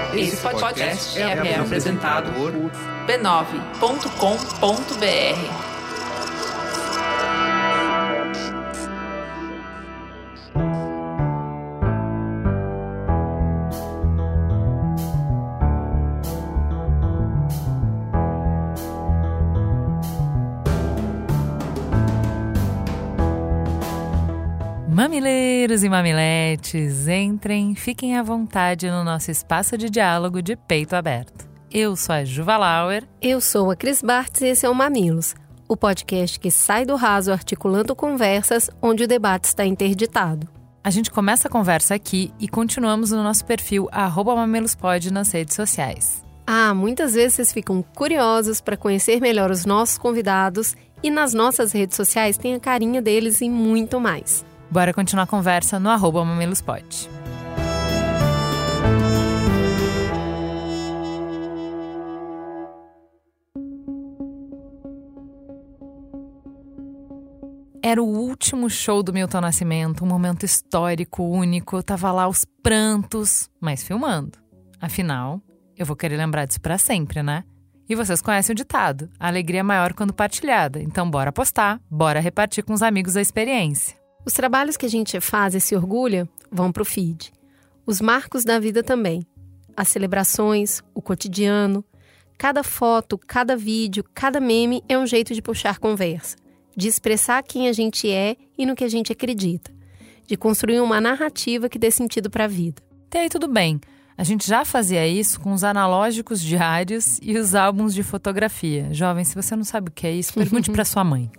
Esse podcast é apresentado por b9.com.br. Mamileiros e mamiletes, entrem, fiquem à vontade no nosso espaço de diálogo de peito aberto. Eu sou a Juva Lauer. Eu sou a Cris Bartz e esse é o Mamilos, o podcast que sai do raso articulando conversas onde o debate está interditado. A gente começa a conversa aqui e continuamos no nosso perfil @mamilospod nas redes sociais. Muitas vezes vocês ficam curiosos para conhecer melhor os nossos convidados e nas nossas redes sociais tem a carinha deles e muito mais. Bora continuar a conversa no @mamilospod. Era o último show do Milton Nascimento, um momento histórico, único. Eu tava lá aos prantos, mas filmando. Afinal, eu vou querer lembrar disso pra sempre, né? E vocês conhecem o ditado, a alegria é maior quando partilhada. Então bora postar, bora repartir com os amigos a experiência. Os trabalhos que a gente faz e se orgulha vão pro feed. Os marcos da vida também. As celebrações, o cotidiano. Cada foto, cada vídeo, cada meme é um jeito de puxar conversa. De expressar quem a gente é e no que a gente acredita. De construir uma narrativa que dê sentido pra vida. Até aí tudo bem. A gente já fazia isso com os analógicos diários e os álbuns de fotografia. Jovem, se você não sabe o que é isso, pergunte pra sua mãe.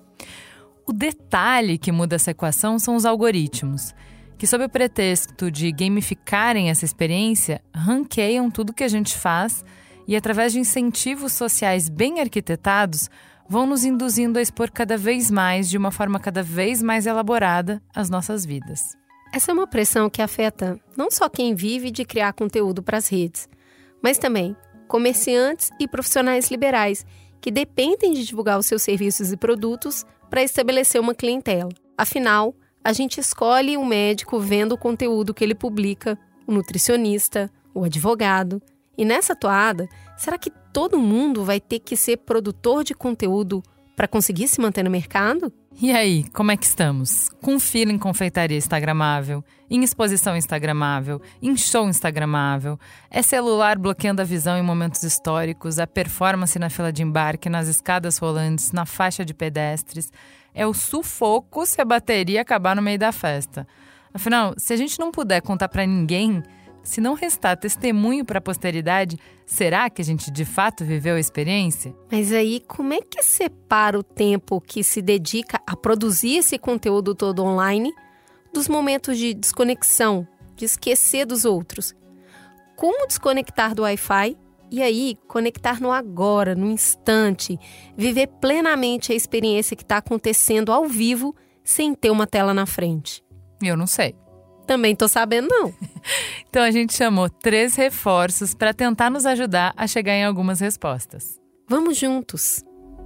O detalhe que muda essa equação são os algoritmos, que sob o pretexto de gamificarem essa experiência, ranqueiam tudo que a gente faz e, através de incentivos sociais bem arquitetados, vão nos induzindo a expor cada vez mais, de uma forma cada vez mais elaborada, as nossas vidas. Essa é uma pressão que afeta não só quem vive de criar conteúdo para as redes, mas também comerciantes e profissionais liberais que dependem de divulgar os seus serviços e produtos para estabelecer uma clientela. Afinal, a gente escolhe um médico vendo o conteúdo que ele publica, o nutricionista, o advogado. E nessa toada, será que todo mundo vai ter que ser produtor de conteúdo para conseguir se manter no mercado? E aí, como é que estamos? Com fila em confeitaria instagramável, em exposição instagramável, em show instagramável, é celular bloqueando a visão em momentos históricos, a performance na fila de embarque, nas escadas rolantes, na faixa de pedestres. É o sufoco se a bateria acabar no meio da festa. Afinal, se a gente não puder contar pra ninguém, se não restar testemunho para a posteridade, será que a gente de fato viveu a experiência? Mas aí, como é que separa o tempo que se dedica a produzir esse conteúdo todo online dos momentos de desconexão, de esquecer dos outros? Como desconectar do Wi-Fi e aí conectar no agora, no instante, viver plenamente a experiência que está acontecendo ao vivo sem ter uma tela na frente? Eu não sei. Também tô sabendo, não. Então a gente chamou 3 reforços para tentar nos ajudar a chegar em algumas respostas. Vamos juntos!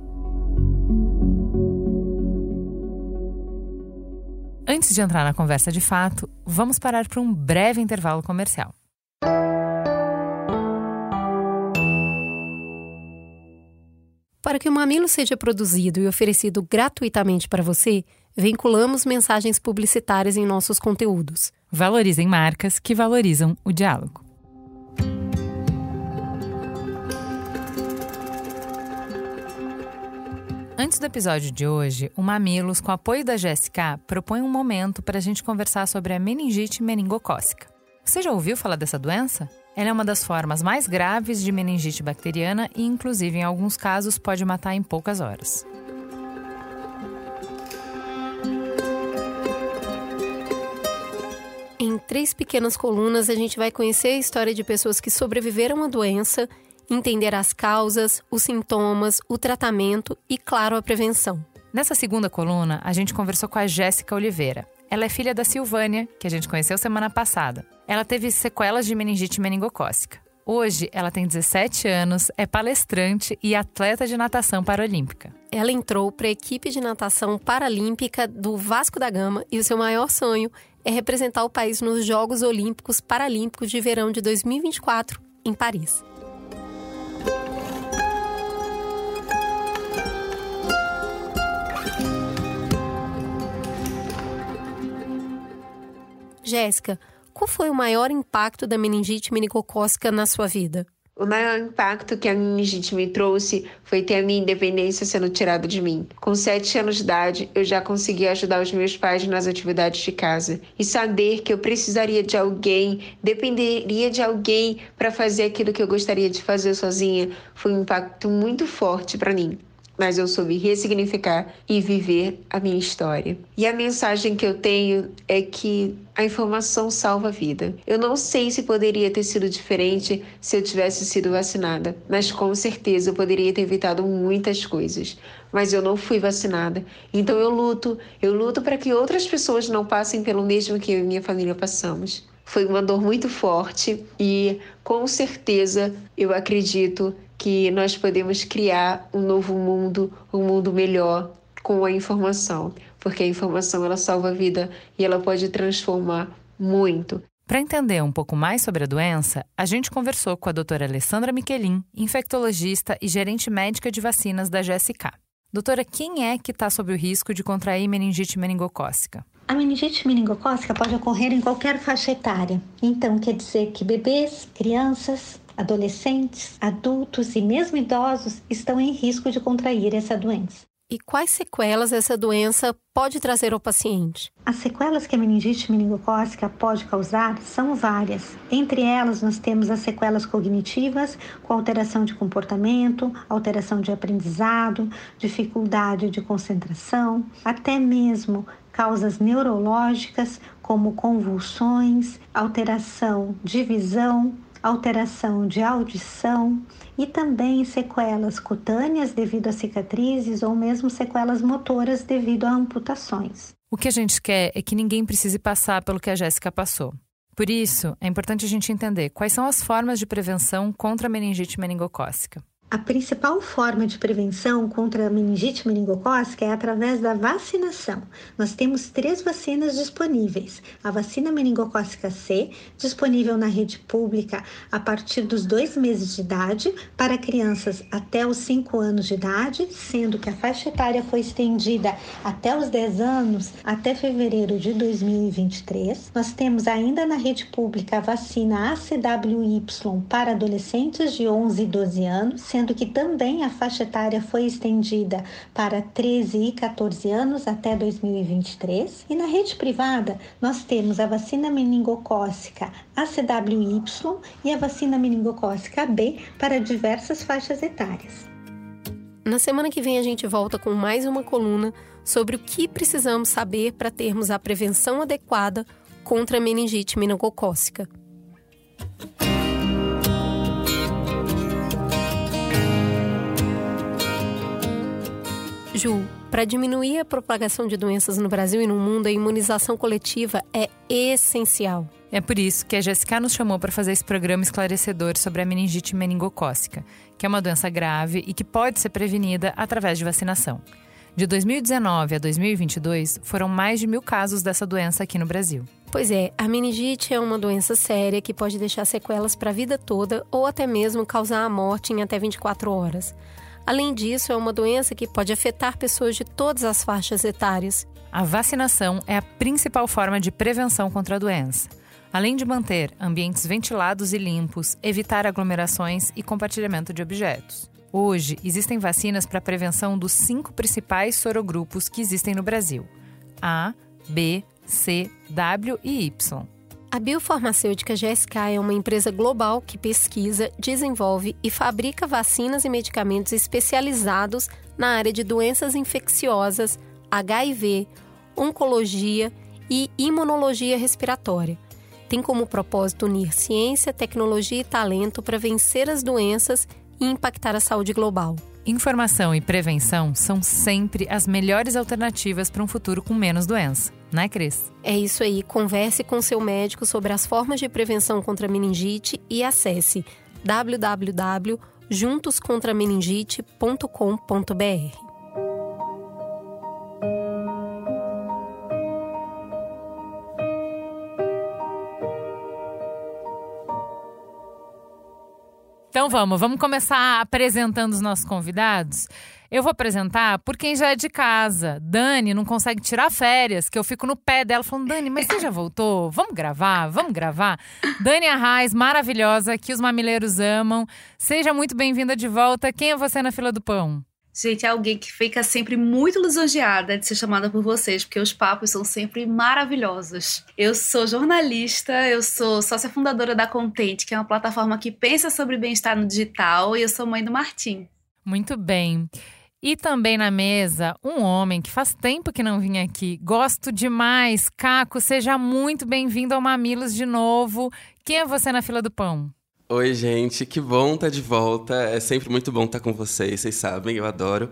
Antes de entrar na conversa de fato, vamos parar para um breve intervalo comercial. Para que o Mamilo seja produzido e oferecido gratuitamente para você, vinculamos mensagens publicitárias em nossos conteúdos. Valorizem marcas que valorizam o diálogo. Antes do episódio de hoje, o Mamilos, com apoio da GSK, propõe um momento para a gente conversar sobre a meningite meningocócica. Você já ouviu falar dessa doença? Ela é uma das formas mais graves de meningite bacteriana e, inclusive, em alguns casos, pode matar em poucas horas. Em 3 pequenas colunas, a gente vai conhecer a história de pessoas que sobreviveram à doença, entender as causas, os sintomas, o tratamento e, claro, a prevenção. Nessa segunda coluna, a gente conversou com a Jéssica Oliveira. Ela é filha da Silvânia, que a gente conheceu semana passada. Ela teve sequelas de meningite meningocócica. Hoje, ela tem 17 anos, é palestrante e atleta de natação paralímpica. Ela entrou para a equipe de natação paralímpica do Vasco da Gama e o seu maior sonho é representar o país nos Jogos Olímpicos Paralímpicos de Verão de 2024, em Paris. Jéssica, qual foi o maior impacto da meningite meningocócica na sua vida? O maior impacto que a meningite me trouxe foi ter a minha independência sendo tirada de mim. Com 7 anos de idade, eu já conseguia ajudar os meus pais nas atividades de casa. E saber que eu precisaria de alguém, dependeria de alguém para fazer aquilo que eu gostaria de fazer sozinha, foi um impacto muito forte para mim. Mas eu soube ressignificar e viver a minha história. E a mensagem que eu tenho é que a informação salva a vida. Eu não sei se poderia ter sido diferente se eu tivesse sido vacinada, mas com certeza eu poderia ter evitado muitas coisas. Mas eu não fui vacinada, então eu luto para que outras pessoas não passem pelo mesmo que eu e minha família passamos. Foi uma dor muito forte e, com certeza, eu acredito que nós podemos criar um novo mundo, um mundo melhor com a informação, porque a informação ela salva a vida e ela pode transformar muito. Para entender um pouco mais sobre a doença, a gente conversou com a doutora Alessandra Michelin, infectologista e gerente médica de vacinas da GSK. Doutora, quem é que está sob o risco de contrair meningite meningocócica? A meningite meningocócica pode ocorrer em qualquer faixa etária. Então, quer dizer que bebês, crianças, adolescentes, adultos e mesmo idosos estão em risco de contrair essa doença. E quais sequelas essa doença pode trazer ao paciente? As sequelas que a meningite meningocócica pode causar são várias. Entre elas, nós temos as sequelas cognitivas, com alteração de comportamento, alteração de aprendizado, dificuldade de concentração, até mesmo causas neurológicas, como convulsões, alteração de visão, alteração de audição e também sequelas cutâneas devido a cicatrizes ou mesmo sequelas motoras devido a amputações. O que a gente quer é que ninguém precise passar pelo que a Jéssica passou. Por isso, é importante a gente entender quais são as formas de prevenção contra a meningite meningocócica. A principal forma de prevenção contra a meningite meningocócica é através da vacinação. Nós temos 3 vacinas disponíveis. A vacina meningocócica C, disponível na rede pública a partir dos 2 meses de idade, para crianças até os 5 anos de idade, sendo que a faixa etária foi estendida até os 10 anos, até fevereiro de 2023. Nós temos ainda na rede pública a vacina ACWY para adolescentes de 11 e 12 anos, sendo que também a faixa etária foi estendida para 13 e 14 anos até 2023. E na rede privada, nós temos a vacina meningocócica ACWY e a vacina meningocócica B para diversas faixas etárias. Na semana que vem a gente volta com mais uma coluna sobre o que precisamos saber para termos a prevenção adequada contra a meningite meningocócica. Ju, para diminuir a propagação de doenças no Brasil e no mundo, a imunização coletiva é essencial. É por isso que a GSK nos chamou para fazer esse programa esclarecedor sobre a meningite meningocócica, que é uma doença grave e que pode ser prevenida através de vacinação. De 2019 a 2022, foram mais de 1.000 casos dessa doença aqui no Brasil. Pois é, a meningite é uma doença séria que pode deixar sequelas para a vida toda ou até mesmo causar a morte em até 24 horas. Além disso, é uma doença que pode afetar pessoas de todas as faixas etárias. A vacinação é a principal forma de prevenção contra a doença. Além de manter ambientes ventilados e limpos, evitar aglomerações e compartilhamento de objetos. Hoje, existem vacinas para a prevenção dos 5 principais sorogrupos que existem no Brasil: A, B, C, W e Y. A biofarmacêutica GSK é uma empresa global que pesquisa, desenvolve e fabrica vacinas e medicamentos especializados na área de doenças infecciosas, HIV, oncologia e imunologia respiratória. Tem como propósito unir ciência, tecnologia e talento para vencer as doenças e impactar a saúde global. Informação e prevenção são sempre as melhores alternativas para um futuro com menos doença, né, Cris? É isso aí. Converse com seu médico sobre as formas de prevenção contra a meningite e acesse www.juntoscontrameningite.com.br. Então vamos começar apresentando os nossos convidados. Eu vou apresentar por quem já é de casa. Dani não consegue tirar férias, que eu fico no pé dela falando, Dani, mas você já voltou? Vamos gravar? Dani Arraes, maravilhosa, que os mamileiros amam. Seja muito bem-vinda de volta. Quem é você na fila do pão? Gente, é alguém que fica sempre muito lisonjeada de ser chamada por vocês, porque os papos são sempre maravilhosos. Eu sou jornalista, eu sou sócia fundadora da Content, que é uma plataforma que pensa sobre bem-estar no digital, e eu sou mãe do Martim. Muito bem. E também na mesa, um homem que faz tempo que não vinha aqui. Gosto demais. Caco, seja muito bem-vindo ao Mamilos de novo. Quem é você na fila do pão? Oi, gente, que bom estar de volta. É sempre muito bom estar com vocês sabem, eu adoro.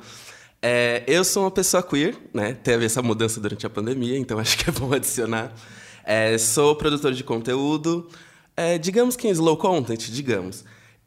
Eu sou uma pessoa queer, né? Teve essa mudança durante a pandemia, então acho que é bom adicionar. Sou produtor de conteúdo, digamos que em slow content, digamos.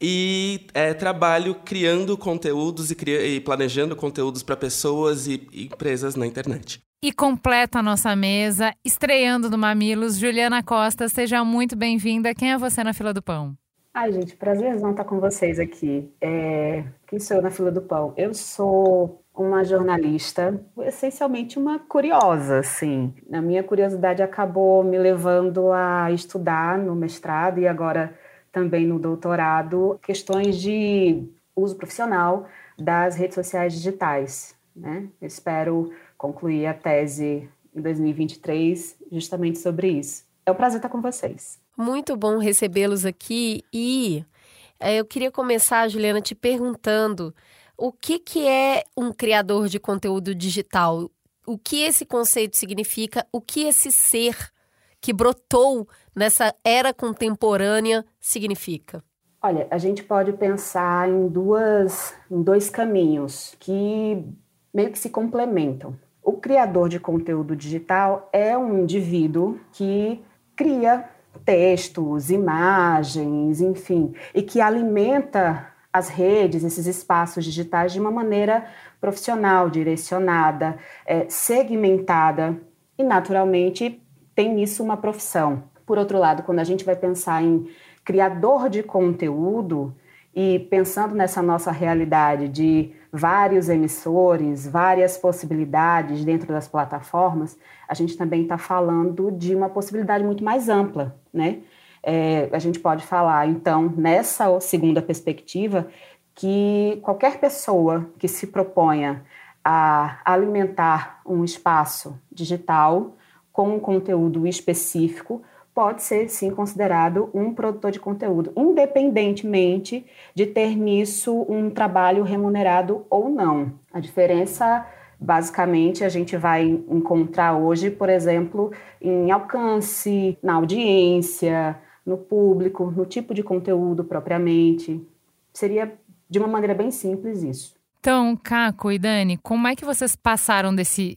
E trabalho criando conteúdos e planejando conteúdos para pessoas e empresas na internet. E completa a nossa mesa, estreando no Mamilos, Juliana Costa, seja muito bem-vinda. Quem é você na fila do pão? Ai, gente, prazerzão estar com vocês aqui. Quem sou eu na fila do pão? Eu sou uma jornalista, essencialmente uma curiosa, assim. A minha curiosidade acabou me levando a estudar no mestrado e agora também no doutorado, questões de uso profissional das redes sociais digitais, né? Eu espero concluir a tese em 2023 justamente sobre isso. É um prazer estar com vocês. Muito bom recebê-los aqui e eu queria começar, Juliana, te perguntando o que é um criador de conteúdo digital? O que esse conceito significa? O que esse ser que brotou nessa era contemporânea significa? Olha, a gente pode pensar em dois caminhos que meio que se complementam. O criador de conteúdo digital é um indivíduo que cria textos, imagens, enfim, e que alimenta as redes, esses espaços digitais de uma maneira profissional, direcionada, segmentada e, naturalmente, tem nisso uma profissão. Por outro lado, quando a gente vai pensar em criador de conteúdo e pensando nessa nossa realidade de vários emissores, várias possibilidades dentro das plataformas, a gente também está falando de uma possibilidade muito mais ampla, né? A gente pode falar, então, nessa segunda perspectiva, que qualquer pessoa que se proponha a alimentar um espaço digital com um conteúdo específico pode ser, sim, considerado um produtor de conteúdo, independentemente de ter nisso um trabalho remunerado ou não. A diferença, basicamente, a gente vai encontrar hoje, por exemplo, em alcance, na audiência, no público, no tipo de conteúdo propriamente. Seria, de uma maneira bem simples, isso. Então, Caco e Dani, como é que vocês passaram dessa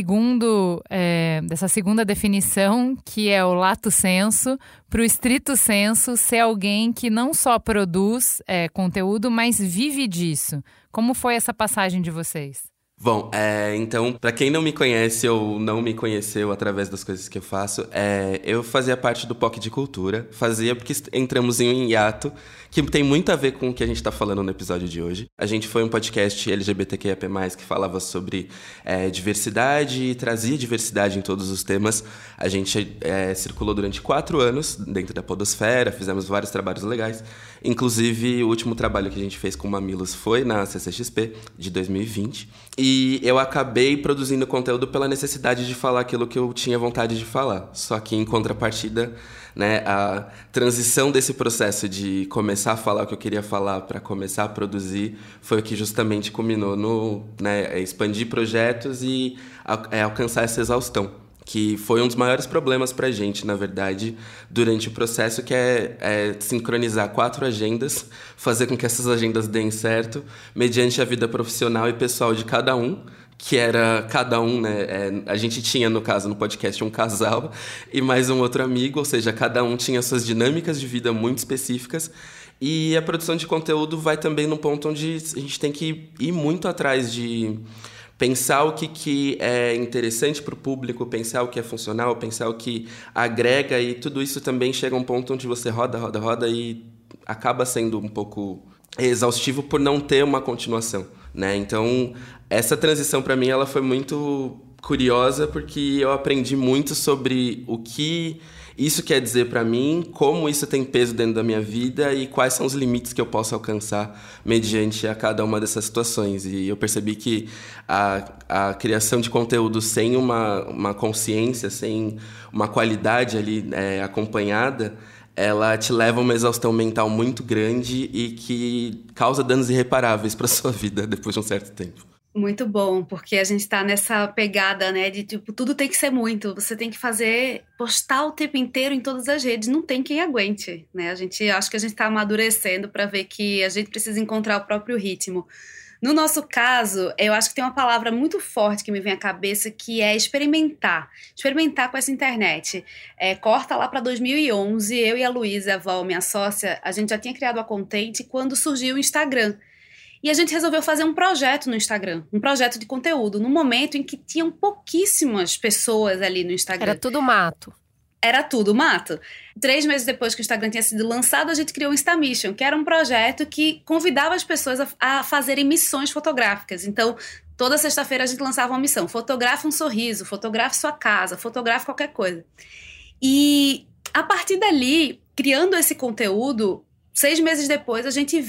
segunda definição, que é o lato sensu, para o estrito sensu ser alguém que não só produz conteúdo, mas vive disso? Como foi essa passagem de vocês? Bom, então, para quem não me conhece ou não me conheceu através das coisas que eu faço, eu fazia parte do POC de Cultura, fazia porque entramos em um hiato, que tem muito a ver com o que a gente está falando no episódio de hoje. A gente foi um podcast LGBTQIAP+, que falava sobre diversidade e trazia diversidade em todos os temas. A gente circulou durante 4 anos dentro da podosfera, fizemos vários trabalhos legais. Inclusive, o último trabalho que a gente fez com o Mamilos foi na CCXP de 2020. E eu acabei produzindo conteúdo pela necessidade de falar aquilo que eu tinha vontade de falar. Só que, em contrapartida, né, a transição desse processo de começar a falar o que eu queria falar para começar a produzir foi o que justamente culminou no expandir projetos e alcançar essa exaustão, que foi um dos maiores problemas para a gente, na verdade, durante o processo, que é sincronizar 4 agendas, fazer com que essas agendas deem certo, mediante a vida profissional e pessoal de cada um, que era cada um, né? A gente tinha, no caso, no podcast, um casal e mais um outro amigo, ou seja, cada um tinha suas dinâmicas de vida muito específicas. E a produção de conteúdo vai também num ponto onde a gente tem que ir muito atrás de pensar o que é interessante para o público, pensar o que é funcional, pensar o que agrega, e tudo isso também chega a um ponto onde você roda e acaba sendo um pouco exaustivo por não ter uma continuação, né? Então, essa transição para mim ela foi muito curiosa porque eu aprendi muito sobre o que isso quer dizer para mim, como isso tem peso dentro da minha vida e quais são os limites que eu posso alcançar mediante a cada uma dessas situações. E eu percebi que a criação de conteúdo sem uma consciência, sem uma qualidade ali acompanhada, ela te leva a uma exaustão mental muito grande e que causa danos irreparáveis para sua vida depois de um certo tempo. Muito bom, porque a gente tá nessa pegada, né, de tipo, tudo tem que ser muito, você tem que postar o tempo inteiro em todas as redes, não tem quem aguente, né, acho que a gente tá amadurecendo para ver que a gente precisa encontrar o próprio ritmo. No nosso caso, eu acho que tem uma palavra muito forte que me vem à cabeça, que é experimentar com essa internet. Corta lá para 2011, eu e a Luísa, a Val, minha sócia, a gente já tinha criado a Contente quando surgiu o Instagram. E a gente resolveu fazer um projeto no Instagram, um projeto de conteúdo, no momento em que tinham pouquíssimas pessoas ali no Instagram. Era tudo mato. Era tudo mato. 3 meses depois que o Instagram tinha sido lançado, a gente criou o InstaMission, que era um projeto que convidava as pessoas a fazerem missões fotográficas. Então, toda sexta-feira a gente lançava uma missão. Fotografe um sorriso, fotografe sua casa, fotografe qualquer coisa. E, a partir dali, criando esse conteúdo, 6 meses depois, a gente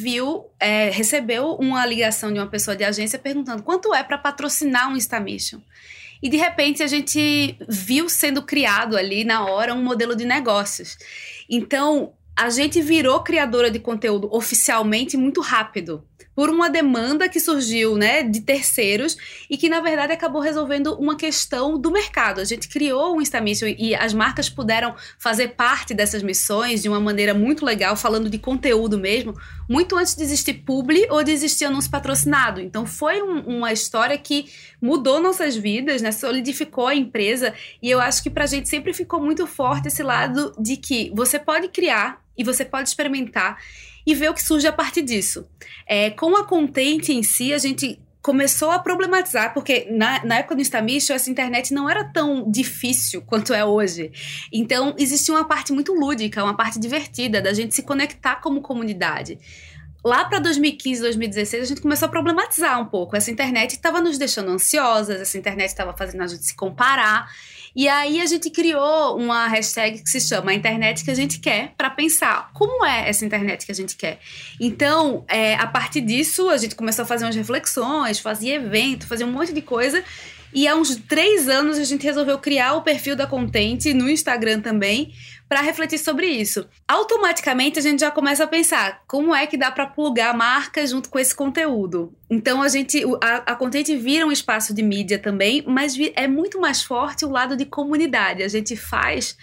recebeu uma ligação de uma pessoa de agência perguntando quanto é para patrocinar um InstaMission. E, de repente, a gente viu sendo criado ali, na hora, um modelo de negócios. Então, a gente virou criadora de conteúdo oficialmente muito rápido, por uma demanda que surgiu, né, de terceiros e que, na verdade, acabou resolvendo uma questão do mercado. A gente criou um InstaMission e as marcas puderam fazer parte dessas missões de uma maneira muito legal, falando de conteúdo mesmo, muito antes de existir publi ou de existir anúncio patrocinado. Então, foi uma história que mudou nossas vidas, né, solidificou a empresa, e eu acho que pra gente sempre ficou muito forte esse lado de que você pode criar e você pode experimentar e ver o que surge a partir disso. Com a Contente em si, a gente começou a problematizar, porque na época do InstaMission, essa internet não era tão difícil quanto é hoje. Então, existia uma parte muito lúdica, uma parte divertida, da gente se conectar como comunidade. Lá para 2015, 2016, a gente começou a problematizar um pouco. Essa internet estava nos deixando ansiosas, essa internet estava fazendo a gente se comparar. E aí a gente criou uma hashtag que se chama A Internet que a gente quer, para pensar como é essa internet que a gente quer. Então, a partir disso, a gente começou a fazer umas reflexões, fazia evento, fazia um monte de coisa. E há uns 3 anos a gente resolveu criar o perfil da Contente no Instagram também, para refletir sobre isso. Automaticamente a gente já começa a pensar como é que dá para plugar marcas junto com esse conteúdo. Então a Contente vira um espaço de mídia também, mas é muito mais forte o lado de comunidade. A gente faz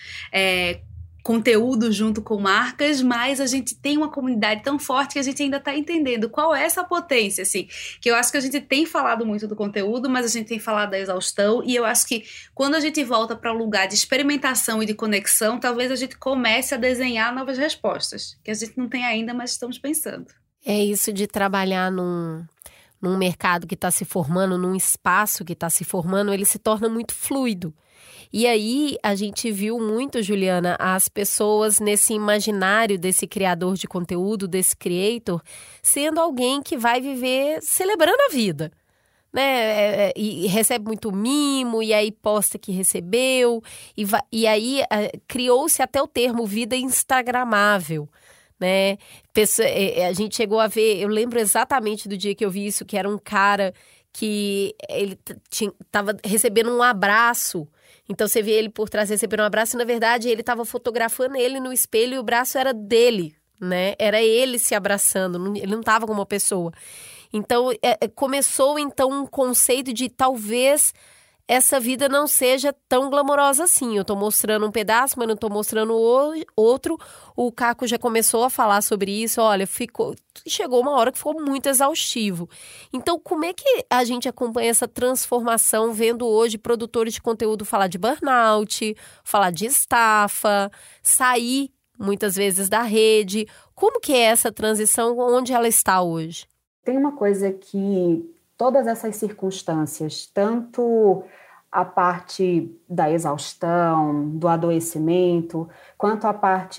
conteúdo junto com marcas, mas a gente tem uma comunidade tão forte que a gente ainda está entendendo qual é essa potência, assim, que eu acho que a gente tem falado muito do conteúdo, mas a gente tem falado da exaustão, e eu acho que quando a gente volta para um lugar de experimentação e de conexão, talvez a gente comece a desenhar novas respostas, que a gente não tem ainda, mas estamos pensando. É isso de trabalhar num mercado que está se formando, num espaço que está se formando, ele se torna muito fluido. E aí a gente viu muito, Juliana, as pessoas nesse imaginário desse criador de conteúdo, desse creator, sendo alguém que vai viver celebrando a vida, né? E recebe muito mimo, e aí posta que recebeu, e aí criou-se até o termo vida instagramável, né? A gente chegou a ver, eu lembro exatamente do dia que eu vi isso, que era um cara que ele estava recebendo um abraço. Então você vê ele por trás recebendo um abraço e, na verdade, ele estava fotografando ele no espelho e o braço era dele, né? Era ele se abraçando, ele não estava com uma pessoa. Então, começou, então, um conceito de talvez essa vida não seja tão glamourosa assim. Eu estou mostrando um pedaço, mas não estou mostrando outro. O Caco já começou a falar sobre isso. Olha, chegou uma hora que ficou muito exaustivo. Então, como é que a gente acompanha essa transformação, vendo hoje produtores de conteúdo falar de burnout, falar de estafa, sair muitas vezes da rede? Como que é essa transição, onde ela está hoje? Tem uma coisa que todas essas circunstâncias, tanto a parte da exaustão, do adoecimento, quanto a parte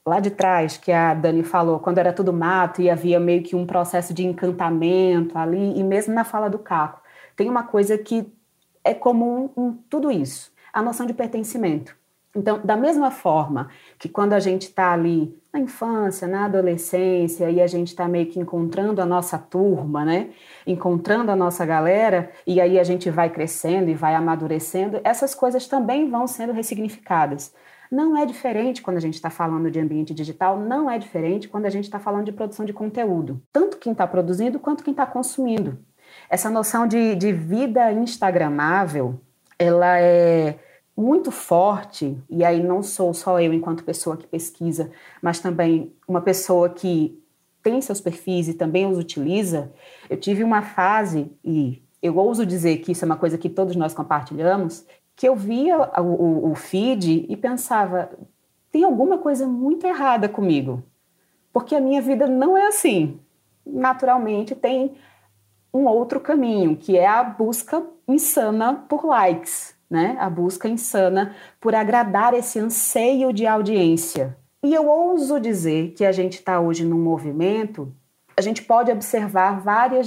lá de trás, que a Dani falou, quando era tudo mato e havia meio que um processo de encantamento ali, e mesmo na fala do Caco, tem uma coisa que é comum em tudo isso, a noção de pertencimento. Então, da mesma forma que quando a gente está ali na infância, na adolescência, e a gente está meio que encontrando a nossa turma, né? Encontrando a nossa galera, e aí a gente vai crescendo e vai amadurecendo, essas coisas também vão sendo ressignificadas. Não é diferente quando a gente está falando de ambiente digital, não é diferente quando a gente está falando de produção de conteúdo. Tanto quem está produzindo quanto quem está consumindo. Essa noção de vida instagramável, ela é muito forte, e aí não sou só eu enquanto pessoa que pesquisa, mas também uma pessoa que tem seus perfis e também os utiliza. Eu tive uma fase, e eu ouso dizer que isso é uma coisa que todos nós compartilhamos, que eu via o feed e pensava, tem alguma coisa muito errada comigo, porque a minha vida não é assim. Naturalmente tem um outro caminho, que é a busca insana por likes, né? A busca insana por agradar esse anseio de audiência. E eu ouso dizer que a gente está hoje num movimento, a gente pode observar vários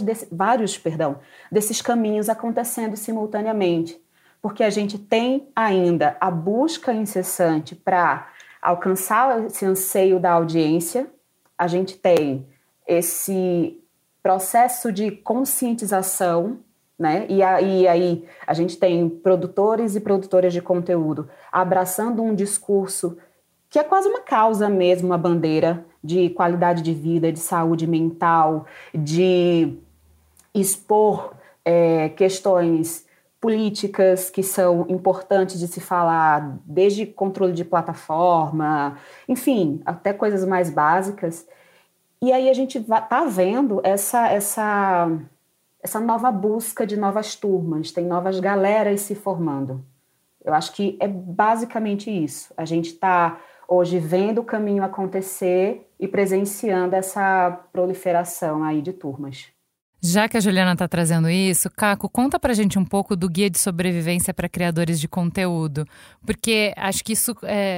desses caminhos acontecendo simultaneamente, porque a gente tem ainda a busca incessante para alcançar esse anseio da audiência, a gente tem esse processo de conscientização, né? E aí a gente tem produtores e produtoras de conteúdo abraçando um discurso que é quase uma causa mesmo, uma bandeira de qualidade de vida, de saúde mental, de expor questões políticas que são importantes de se falar, desde controle de plataforma, enfim, até coisas mais básicas. E aí a gente está vendo essa nova busca de novas turmas, tem novas galeras se formando. Eu acho que é basicamente isso. A gente está hoje vendo o caminho acontecer e presenciando essa proliferação aí de turmas. Já que a Juliana está trazendo isso, Caco, conta pra gente um pouco do Guia de Sobrevivência para Criadores de Conteúdo, porque acho que isso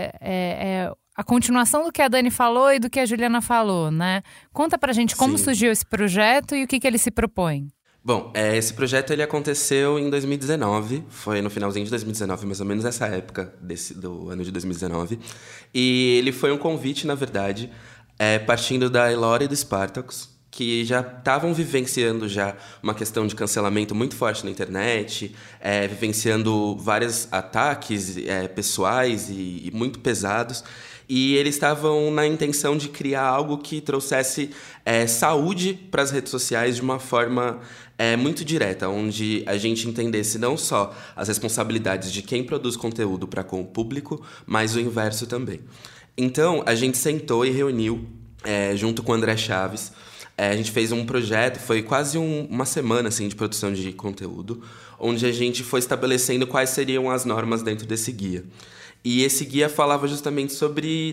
é a continuação do que a Dani falou e do que a Juliana falou, né? Conta pra gente como surgiu esse projeto e o que ele se propõe. Bom, esse projeto ele aconteceu em 2019, foi no finalzinho de 2019, mais ou menos essa época do ano de 2019. E ele foi um convite, na verdade, partindo da Elora e do Spartacus, que já estavam vivenciando já uma questão de cancelamento muito forte na internet, vivenciando vários ataques pessoais e muito pesados. E eles estavam na intenção de criar algo que trouxesse saúde para as redes sociais de uma forma muito direta, onde a gente entendesse não só as responsabilidades de quem produz conteúdo para com o público, mas o inverso também. Então, a gente sentou e reuniu, junto com o André Chaves, a gente fez um projeto, foi quase uma semana assim, de produção de conteúdo, onde a gente foi estabelecendo quais seriam as normas dentro desse guia. E esse guia falava justamente sobre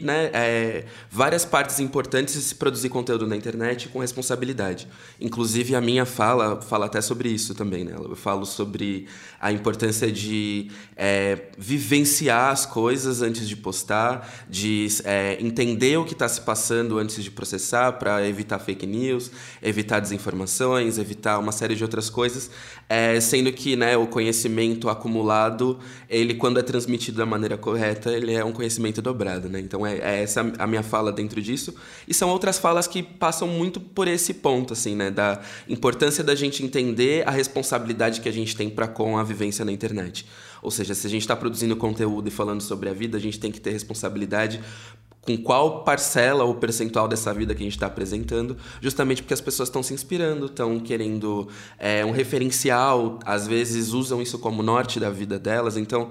várias partes importantes de se produzir conteúdo na internet com responsabilidade. Inclusive, a minha fala até sobre isso também, né? Eu falo sobre a importância de vivenciar as coisas antes de postar, de entender o que está se passando antes de processar, para evitar fake news, evitar desinformações, evitar uma série de outras coisas, sendo que, né, o conhecimento acumulado, ele, quando é transmitido da maneira correta, ele é um conhecimento dobrado, né? Então essa a minha fala dentro disso. E são outras falas que passam muito por esse ponto, assim, né? Da importância da gente entender a responsabilidade que a gente tem para com a vivência na internet. Ou seja, se a gente está produzindo conteúdo e falando sobre a vida, a gente tem que ter responsabilidade com qual parcela ou percentual dessa vida que a gente está apresentando, justamente porque as pessoas estão se inspirando, estão querendo um referencial, às vezes usam isso como norte da vida delas, então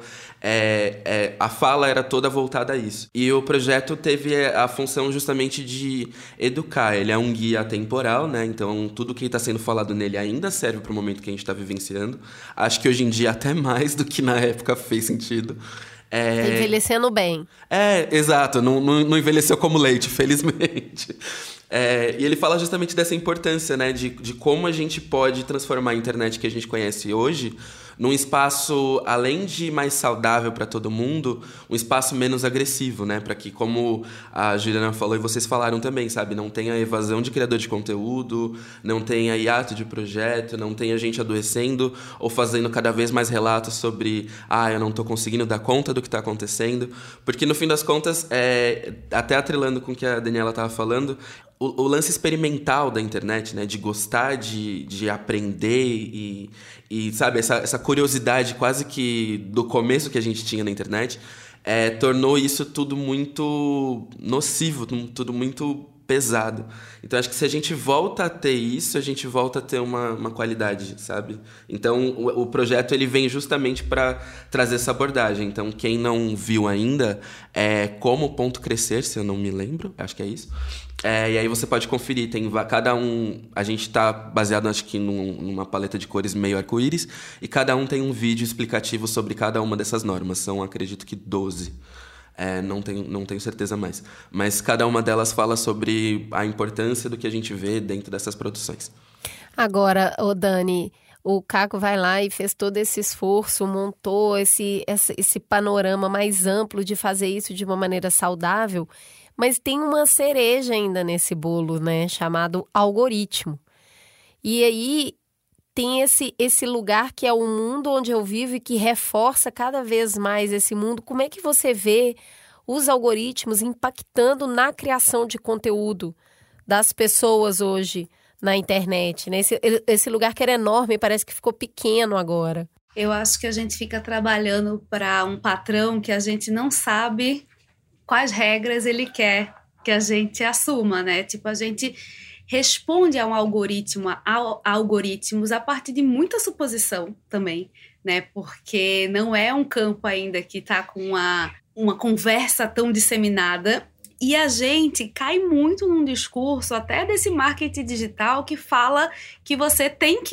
a fala era toda voltada a isso. E o projeto teve a função justamente de educar, ele é um guia atemporal, né? Então tudo que está sendo falado nele ainda serve para o momento que a gente está vivenciando, acho que hoje em dia até mais do que na época fez sentido. Envelhecendo bem. Exato, não envelheceu como leite, felizmente. E ele fala justamente dessa importância, né, de como a gente pode transformar a internet que a gente conhece hoje num espaço, além de mais saudável para todo mundo, um espaço menos agressivo, né? Para que, como a Juliana falou e vocês falaram também, sabe? Não tenha evasão de criador de conteúdo, não tenha hiato de projeto, não tenha gente adoecendo ou fazendo cada vez mais relatos sobre eu não tô conseguindo dar conta do que tá acontecendo. Porque, no fim das contas, até atrelando com o que a Daniela tava falando, o lance experimental da internet, né, de gostar de aprender e sabe, essa curiosidade quase que do começo que a gente tinha na internet, tornou isso tudo muito nocivo, tudo muito pesado. Então, acho que se a gente volta a ter isso, a gente volta a ter uma qualidade, sabe? Então, o projeto ele vem justamente para trazer essa abordagem. Então, quem não viu ainda, Como Ponto Crescer, se eu não me lembro, acho que é isso. E aí você pode conferir, tem cada um... A gente está baseado, acho que, numa paleta de cores meio arco-íris, e cada um tem um vídeo explicativo sobre cada uma dessas normas. São, acredito que, 12. Não tenho certeza mais. Mas cada uma delas fala sobre a importância do que a gente vê dentro dessas produções. Agora, Dani, o Caco vai lá e fez todo esse esforço, montou esse panorama mais amplo de fazer isso de uma maneira saudável, mas tem uma cereja ainda nesse bolo, né, chamado algoritmo. E aí tem esse lugar que é o mundo onde eu vivo e que reforça cada vez mais esse mundo. Como é que você vê os algoritmos impactando na criação de conteúdo das pessoas hoje na internet, né? Esse lugar que era enorme parece que ficou pequeno agora. Eu acho que a gente fica trabalhando para um patrão que a gente não sabe quais regras ele quer que a gente assuma, né? Tipo, a gente responde a um algoritmo, a algoritmos a partir de muita suposição também, né? Porque não é um campo ainda que está com uma conversa tão disseminada. E a gente cai muito num discurso até desse marketing digital que fala que você tem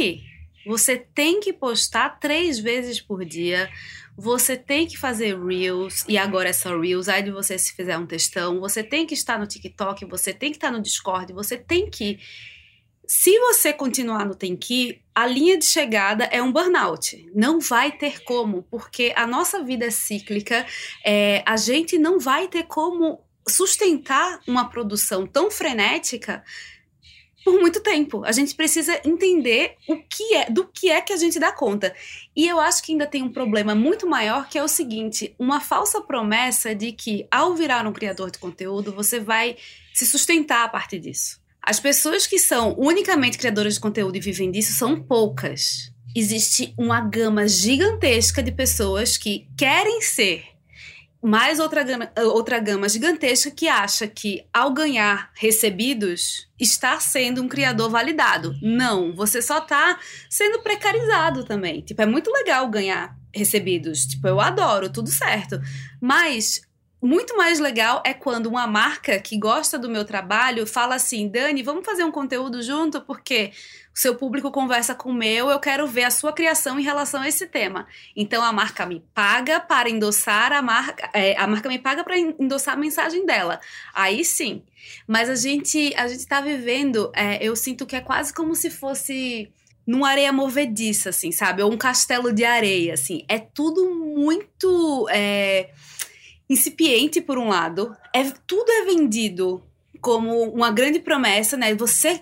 que postar 3 vezes por dia, você tem que fazer Reels, e agora essa Reels, aí de você se fizer um textão, você tem que estar no TikTok, você tem que estar no Discord, você tem que... Se você continuar no tem que, a linha de chegada é um burnout. Não vai ter como, porque a nossa vida é cíclica, a gente não vai ter como sustentar uma produção tão frenética por muito tempo. A gente precisa entender do que é que a gente dá conta. E eu acho que ainda tem um problema muito maior, que é o seguinte, uma falsa promessa de que, ao virar um criador de conteúdo, você vai se sustentar a partir disso. As pessoas que são unicamente criadoras de conteúdo e vivem disso são poucas. Existe uma gama gigantesca de pessoas que querem ser, mais outra gama gigantesca que acha que, ao ganhar recebidos, está sendo um criador validado. Não, você só está sendo precarizado também. Tipo, é muito legal ganhar recebidos. Tipo, eu adoro, tudo certo. Mas muito mais legal é quando uma marca que gosta do meu trabalho fala assim, Dani, vamos fazer um conteúdo junto porque o seu público conversa com o meu, eu quero ver a sua criação em relação a esse tema. Então a marca me paga para endossar a marca me paga para endossar a mensagem dela. Aí sim. Mas a gente tá vivendo, eu sinto que é quase como se fosse numa areia movediça, assim, sabe? Ou um castelo de areia, assim. É tudo muito incipiente, por um lado. Tudo é vendido como uma grande promessa, né?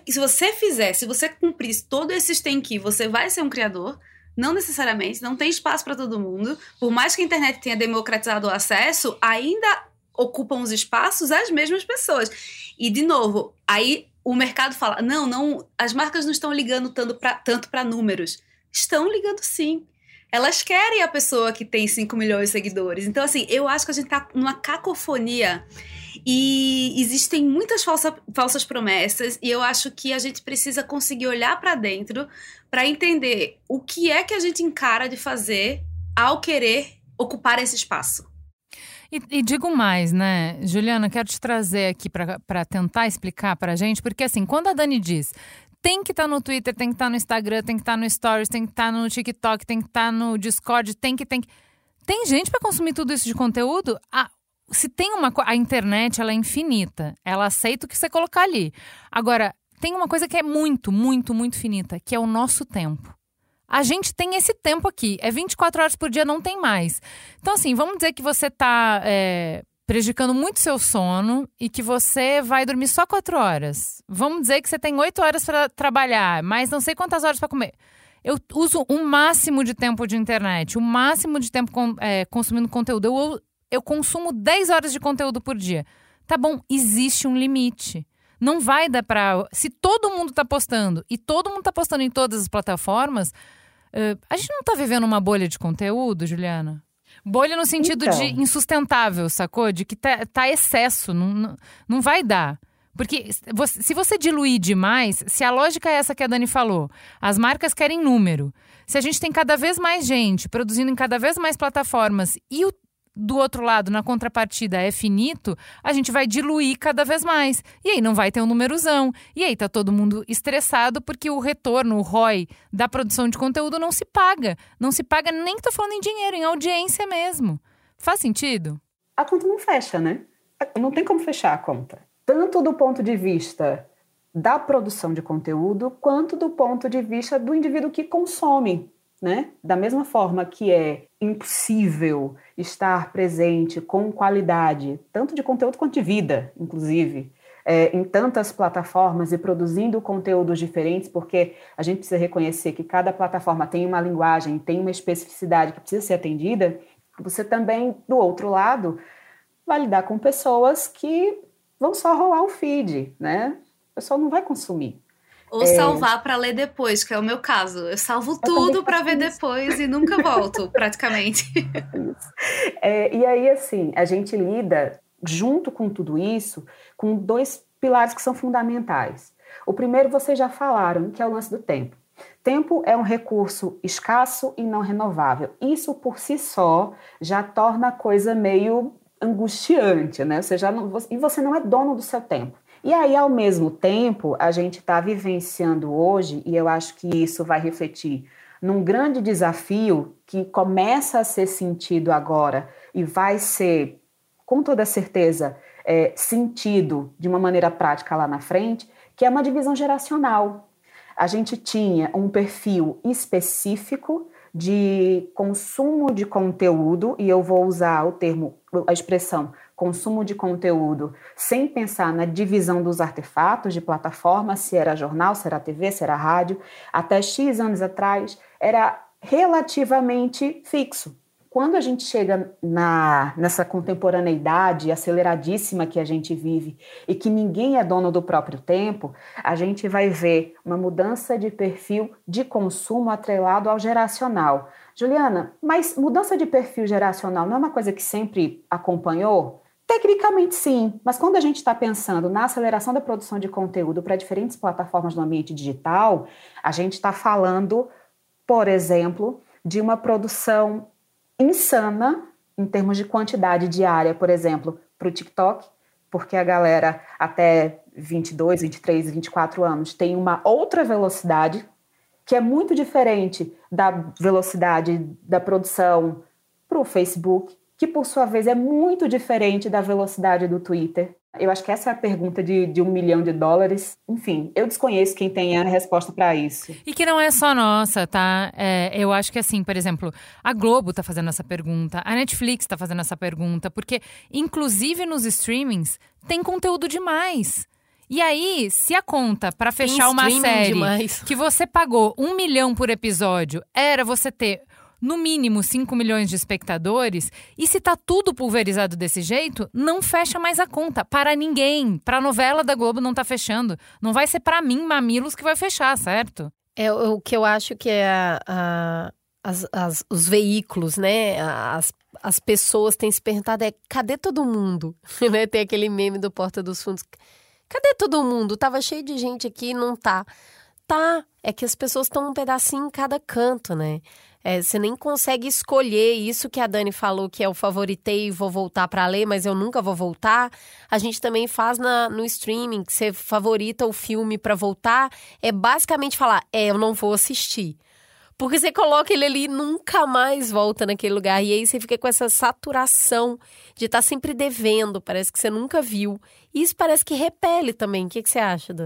Se você cumprir todos esses tem que, você vai ser um criador. Não necessariamente, não tem espaço para todo mundo. Por mais que a internet tenha democratizado o acesso, ainda ocupam os espaços as mesmas pessoas. E, de novo, aí o mercado fala, não, as marcas não estão ligando tanto para números. Estão ligando sim. Elas querem a pessoa que tem 5 milhões de seguidores. Então, assim, eu acho que a gente tá numa cacofonia e existem muitas falsas promessas e eu acho que a gente precisa conseguir olhar para dentro para entender o que é que a gente encara de fazer ao querer ocupar esse espaço. E digo mais, né, Juliana, quero te trazer aqui para tentar explicar pra gente, porque assim, quando a Dani diz tem que estar no Twitter, tem que estar no Instagram, tem que estar no Stories, tem que estar no TikTok, tem que estar no Discord, tem gente para consumir tudo isso de conteúdo? Se tem a internet, ela é infinita, ela aceita o que você colocar ali. Agora, tem uma coisa que é muito, muito, muito finita, que é o nosso tempo. A gente tem esse tempo aqui. É 24 horas por dia, não tem mais. Então, assim, vamos dizer que você está prejudicando muito seu sono e que você vai dormir só 4 horas. Vamos dizer que você tem 8 horas para trabalhar, mas não sei quantas horas para comer. Eu uso o máximo de tempo de internet, o máximo de tempo consumindo conteúdo. Eu consumo 10 horas de conteúdo por dia. Tá bom, existe um limite. Não vai dar pra... Se todo mundo tá postando e todo mundo tá postando em todas as plataformas, a gente não tá vivendo uma bolha de conteúdo, Juliana? Bolha no sentido de insustentável, sacou? De que tá excesso, não vai dar. Porque se você diluir demais, se a lógica é essa que a Dani falou, as marcas querem número. Se a gente tem cada vez mais gente produzindo em cada vez mais plataformas e do outro lado, na contrapartida, é finito, a gente vai diluir cada vez mais. E aí não vai ter um numerozão. E aí tá todo mundo estressado porque o retorno, o ROI da produção de conteúdo não se paga. Não se paga nem que tô falando em dinheiro, em audiência mesmo. Faz sentido? A conta não fecha, né? Não tem como fechar a conta. Tanto do ponto de vista da produção de conteúdo, quanto do ponto de vista do indivíduo que consome, né? Da mesma forma que é impossível estar presente com qualidade, tanto de conteúdo quanto de vida, inclusive, em tantas plataformas e produzindo conteúdos diferentes, porque a gente precisa reconhecer que cada plataforma tem uma linguagem, tem uma especificidade que precisa ser atendida. Você também, do outro lado, vai lidar com pessoas que vão só rolar o feed, né? O pessoal não vai consumir. Ou salvar para ler depois, que é o meu caso. Eu salvo tudo para ver depois e nunca volto, praticamente. E aí, assim, a gente lida, junto com tudo isso, com 2 pilares que são fundamentais. O primeiro, vocês já falaram, que é o lance do tempo. Tempo é um recurso escasso e não renovável. Isso, por si só, já torna a coisa meio angustiante, né? E você não é dono do seu tempo. E aí, ao mesmo tempo, a gente está vivenciando hoje, e eu acho que isso vai refletir num grande desafio que começa a ser sentido agora e vai ser, com toda certeza, sentido de uma maneira prática lá na frente, que é uma divisão geracional. A gente tinha um perfil específico de consumo de conteúdo, e eu vou usar a expressão consumo de conteúdo sem pensar na divisão dos artefatos de plataforma, se era jornal, se era TV, se era rádio. Até X anos atrás era relativamente fixo. Quando a gente chega nessa contemporaneidade aceleradíssima que a gente vive e que ninguém é dono do próprio tempo, a gente vai ver uma mudança de perfil de consumo atrelado ao geracional. Juliana, mas mudança de perfil geracional não é uma coisa que sempre acompanhou? Tecnicamente sim, mas quando a gente está pensando na aceleração da produção de conteúdo para diferentes plataformas no ambiente digital, a gente está falando, por exemplo, de uma produção insana em termos de quantidade diária, por exemplo, para o TikTok, porque a galera até 22, 23, 24 anos tem uma outra velocidade que é muito diferente da velocidade da produção para o Facebook, que por sua vez é muito diferente da velocidade do Twitter. Eu acho que essa é a pergunta de $1 milhão. Enfim, eu desconheço quem tem a resposta para isso. E que não é só nossa, tá? Eu acho que assim, por exemplo, a Globo tá fazendo essa pergunta, a Netflix tá fazendo essa pergunta, porque inclusive nos streamings tem conteúdo demais. E aí, se a conta para fechar uma série que você pagou $1 milhão por episódio era você ter no mínimo 5 milhões de espectadores, e se tá tudo pulverizado desse jeito, não fecha mais a conta para ninguém. Para a novela da Globo não tá fechando. Não vai ser para mim, Mamilos, que vai fechar, certo? O que eu acho que é os veículos, né? As pessoas têm se perguntado cadê todo mundo? Né? Tem aquele meme do Porta dos Fundos. Cadê todo mundo? Tava cheio de gente aqui, não tá. Tá, é que as pessoas estão um pedacinho em cada canto, né? Você nem consegue escolher isso que a Dani falou, que é o favoritei e vou voltar para ler, mas eu nunca vou voltar. A gente também faz no streaming, que você favorita o filme para voltar. É basicamente falar, eu não vou assistir. Porque você coloca ele ali e nunca mais volta naquele lugar. E aí você fica com essa saturação de estar sempre devendo, parece que você nunca viu. E isso parece que repele também. O que você acha, Dani?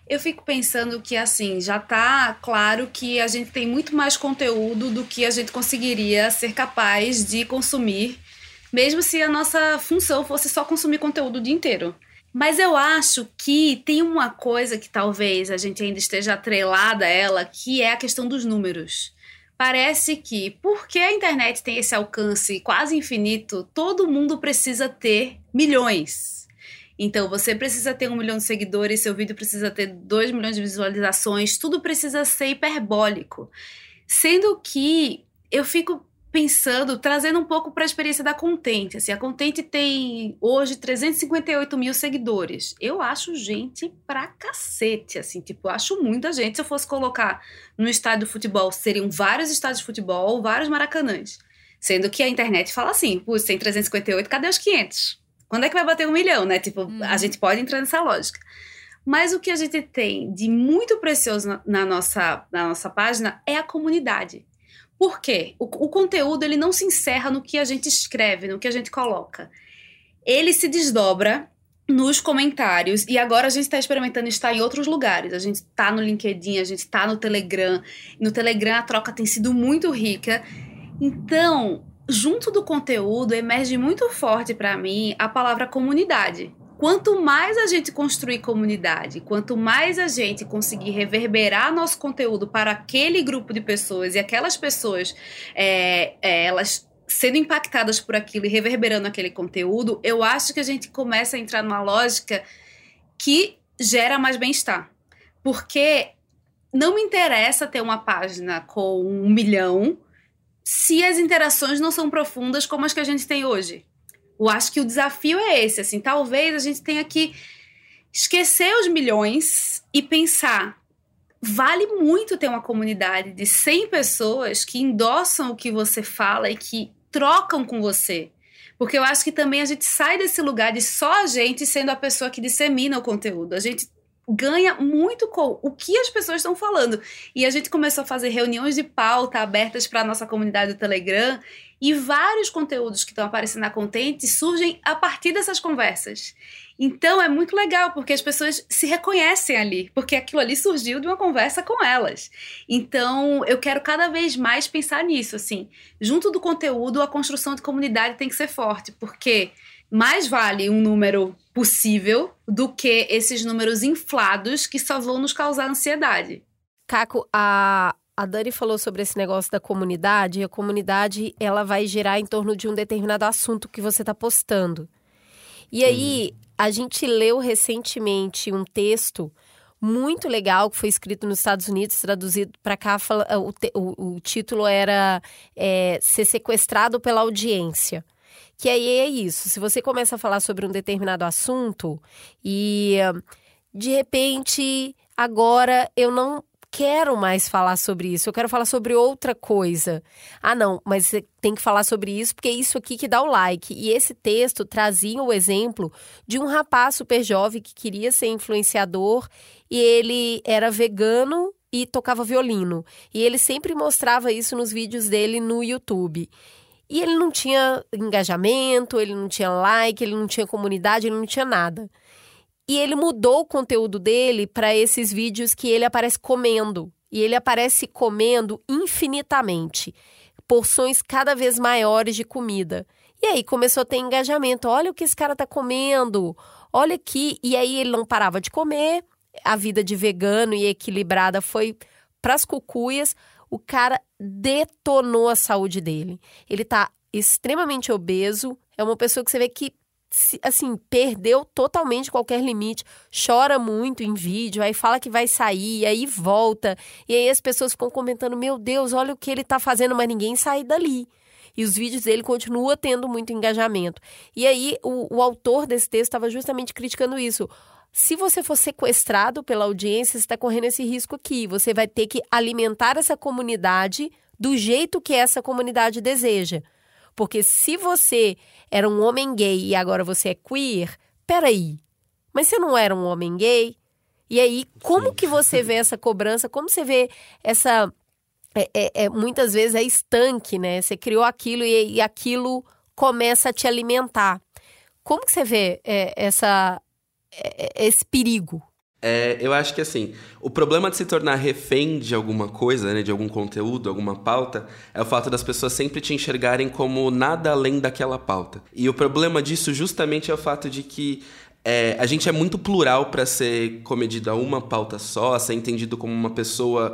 Eu fico pensando que, assim, já tá claro que a gente tem muito mais conteúdo do que a gente conseguiria ser capaz de consumir, mesmo se a nossa função fosse só consumir conteúdo o dia inteiro. Mas eu acho que tem uma coisa que talvez a gente ainda esteja atrelada a ela, que é a questão dos números. Parece que, porque a internet tem esse alcance quase infinito, todo mundo precisa ter milhões. Então, você precisa ter 1 milhão de seguidores, seu vídeo precisa ter 2 milhões de visualizações, tudo precisa ser hiperbólico. Sendo que eu fico pensando, trazendo um pouco para a experiência da Content. Assim, a Content tem hoje 358 mil seguidores. Eu acho gente pra cacete, assim, tipo, eu acho muita gente. Se eu fosse colocar no estádio de futebol, seriam vários estádios de futebol, vários maracanãs. Sendo que a internet fala assim, putz, tem 358, cadê os 500? Quando é que vai bater 1 milhão, né? Tipo, a gente pode entrar nessa lógica. Mas o que a gente tem de muito precioso na nossa página é a comunidade. Por quê? O conteúdo, ele não se encerra no que a gente escreve, no que a gente coloca. Ele se desdobra nos comentários. E agora a gente está experimentando estar em outros lugares. A gente está no LinkedIn, a gente está no Telegram. No Telegram a troca tem sido muito rica. Então, junto do conteúdo, emerge muito forte para mim a palavra comunidade. Quanto mais a gente construir comunidade, quanto mais a gente conseguir reverberar nosso conteúdo para aquele grupo de pessoas e aquelas pessoas, elas sendo impactadas por aquilo e reverberando aquele conteúdo, eu acho que a gente começa a entrar numa lógica que gera mais bem-estar. Porque não me interessa ter uma página com 1 milhão se as interações não são profundas como as que a gente tem hoje. Eu acho que o desafio é esse, assim, talvez a gente tenha que esquecer os milhões e pensar, vale muito ter uma comunidade de 100 pessoas que endossam o que você fala e que trocam com você. Porque eu acho que também a gente sai desse lugar de só a gente sendo a pessoa que dissemina o conteúdo. A gente ganha muito com o que as pessoas estão falando. E a gente começou a fazer reuniões de pauta abertas para a nossa comunidade do Telegram e vários conteúdos que estão aparecendo na Content surgem a partir dessas conversas. Então é muito legal, porque as pessoas se reconhecem ali, porque aquilo ali surgiu de uma conversa com elas. Então eu quero cada vez mais pensar nisso, assim. Junto do conteúdo, a construção de comunidade tem que ser forte, porque mais vale um número possível do que esses números inflados que só vão nos causar ansiedade. Caco, a Dani falou sobre esse negócio da comunidade, e a comunidade ela vai girar em torno de um determinado assunto que você está postando. E aí, a gente leu recentemente um texto muito legal que foi escrito nos Estados Unidos, traduzido para cá, o título era Ser Sequestrado pela Audiência. Que aí é isso, se você começa a falar sobre um determinado assunto e, de repente, agora eu não quero mais falar sobre isso, eu quero falar sobre outra coisa. Ah, não, mas você tem que falar sobre isso porque é isso aqui que dá o like. E esse texto trazia o exemplo de um rapaz super jovem que queria ser influenciador e ele era vegano e tocava violino. E ele sempre mostrava isso nos vídeos dele no YouTube. E ele não tinha engajamento, ele não tinha like, ele não tinha comunidade, ele não tinha nada. E ele mudou o conteúdo dele para esses vídeos que ele aparece comendo. E ele aparece comendo infinitamente. Porções cada vez maiores de comida. E aí começou a ter engajamento. Olha o que esse cara tá comendo. Olha aqui. E aí ele não parava de comer. A vida de vegano e equilibrada foi pras cucuias. O cara detonou a saúde dele. Ele tá extremamente obeso. É uma pessoa que você vê que, assim, perdeu totalmente qualquer limite. Chora muito em vídeo, aí fala que vai sair, aí volta. E aí as pessoas ficam comentando, meu Deus, olha o que ele tá fazendo, mas ninguém sai dali. E os vídeos dele continuam tendo muito engajamento. E aí o autor desse texto estava justamente criticando isso. Se você for sequestrado pela audiência, você está correndo esse risco aqui. Você vai ter que alimentar essa comunidade do jeito que essa comunidade deseja. Porque se você era um homem gay e agora você é queer, peraí, mas você não era um homem gay? E aí, como que você vê essa cobrança? Como você vê essa... muitas vezes é estanque, né? Você criou aquilo e aquilo começa a te alimentar. Como que você vê esse perigo? Eu acho que, assim, o problema de se tornar refém de alguma coisa, né, de algum conteúdo, alguma pauta, é o fato das pessoas sempre te enxergarem como nada além daquela pauta. E o problema disso justamente é o fato de que a gente é muito plural para ser comedido a uma pauta só, a ser entendido como uma pessoa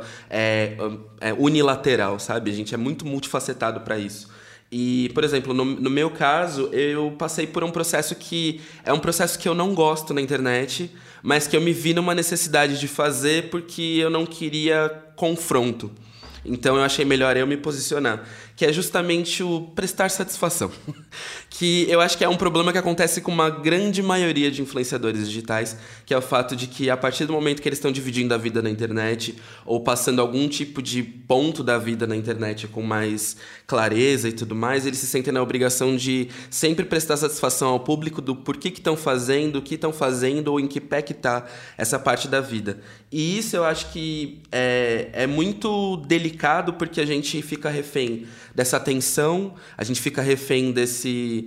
unilateral, sabe? A gente é muito multifacetado para isso. E, por exemplo, no meu caso, eu passei por um processo que é um processo que eu não gosto na internet, mas que eu me vi numa necessidade de fazer porque eu não queria confronto. Então eu achei melhor eu me posicionar, que é justamente o prestar satisfação. Que eu acho que é um problema que acontece com uma grande maioria de influenciadores digitais, que é o fato de que a partir do momento que eles estão dividindo a vida na internet ou passando algum tipo de ponto da vida na internet com mais clareza e tudo mais, eles se sentem na obrigação de sempre prestar satisfação ao público do porquê que estão fazendo, o que estão fazendo ou em que pé que está essa parte da vida. E isso eu acho que é muito delicado porque a gente fica refém dessa atenção, a gente fica refém desse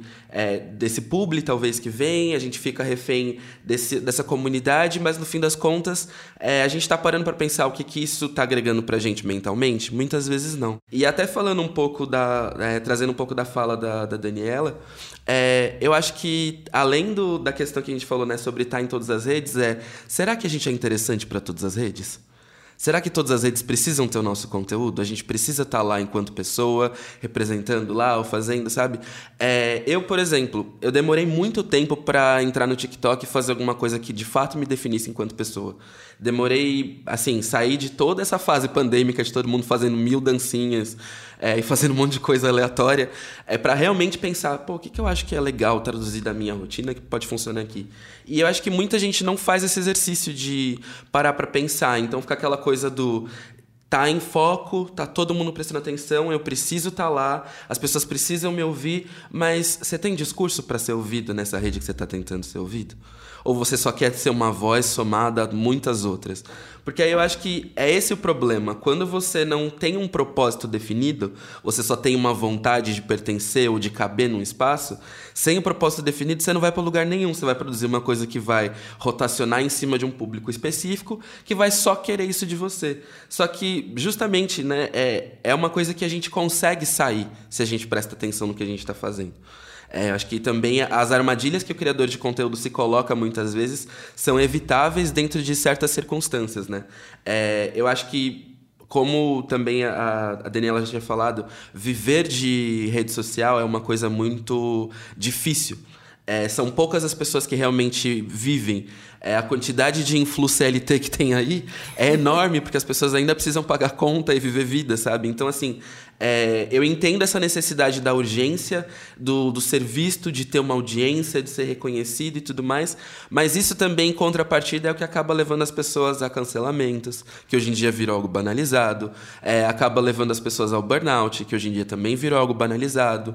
publi talvez que vem, a gente fica refém dessa comunidade, mas no fim das contas a gente está parando para pensar o que isso está agregando para a gente mentalmente? Muitas vezes não. E até falando um pouco trazendo um pouco da fala da Daniela, eu acho que além da questão que a gente falou, né, sobre estar em todas as redes, será que a gente é interessante para todas as redes? Será que todas as redes precisam ter o nosso conteúdo? A gente precisa estar lá enquanto pessoa, representando lá ou fazendo, sabe? Eu, por exemplo, eu demorei muito tempo para entrar no TikTok e fazer alguma coisa que de fato me definisse enquanto pessoa. Demorei, assim, sair de toda essa fase pandêmica de todo mundo fazendo 1000 dancinhas e fazendo um monte de coisa aleatória, para realmente pensar, o que eu acho que é legal traduzir da minha rotina que pode funcionar aqui. E eu acho que muita gente não faz esse exercício de parar para pensar, então fica aquela coisa do tá em foco, tá todo mundo prestando atenção, eu preciso estar lá, as pessoas precisam me ouvir, mas você tem discurso para ser ouvido nessa rede que você está tentando ser ouvido? Ou você só quer ser uma voz somada a muitas outras? Porque aí eu acho que é esse o problema. Quando você não tem um propósito definido, você só tem uma vontade de pertencer ou de caber num espaço, sem o propósito definido você não vai para lugar nenhum. Você vai produzir uma coisa que vai rotacionar em cima de um público específico, que vai só querer isso de você. Só que, justamente, né, é uma coisa que a gente consegue sair se a gente presta atenção no que a gente está fazendo. Eu acho que também as armadilhas que o criador de conteúdo se coloca muitas vezes são evitáveis dentro de certas circunstâncias, né? Eu acho que, como também a Daniela já tinha falado, viver de rede social é uma coisa muito difícil. São poucas as pessoas que realmente vivem. A quantidade de influ CLT que tem aí é enorme, porque as pessoas ainda precisam pagar conta e viver vida, sabe? Então, assim, eu entendo essa necessidade da urgência, do ser visto, de ter uma audiência, de ser reconhecido e tudo mais, mas isso também, em contrapartida, é o que acaba levando as pessoas a cancelamentos, que hoje em dia virou algo banalizado, acaba levando as pessoas ao burnout, que hoje em dia também virou algo banalizado,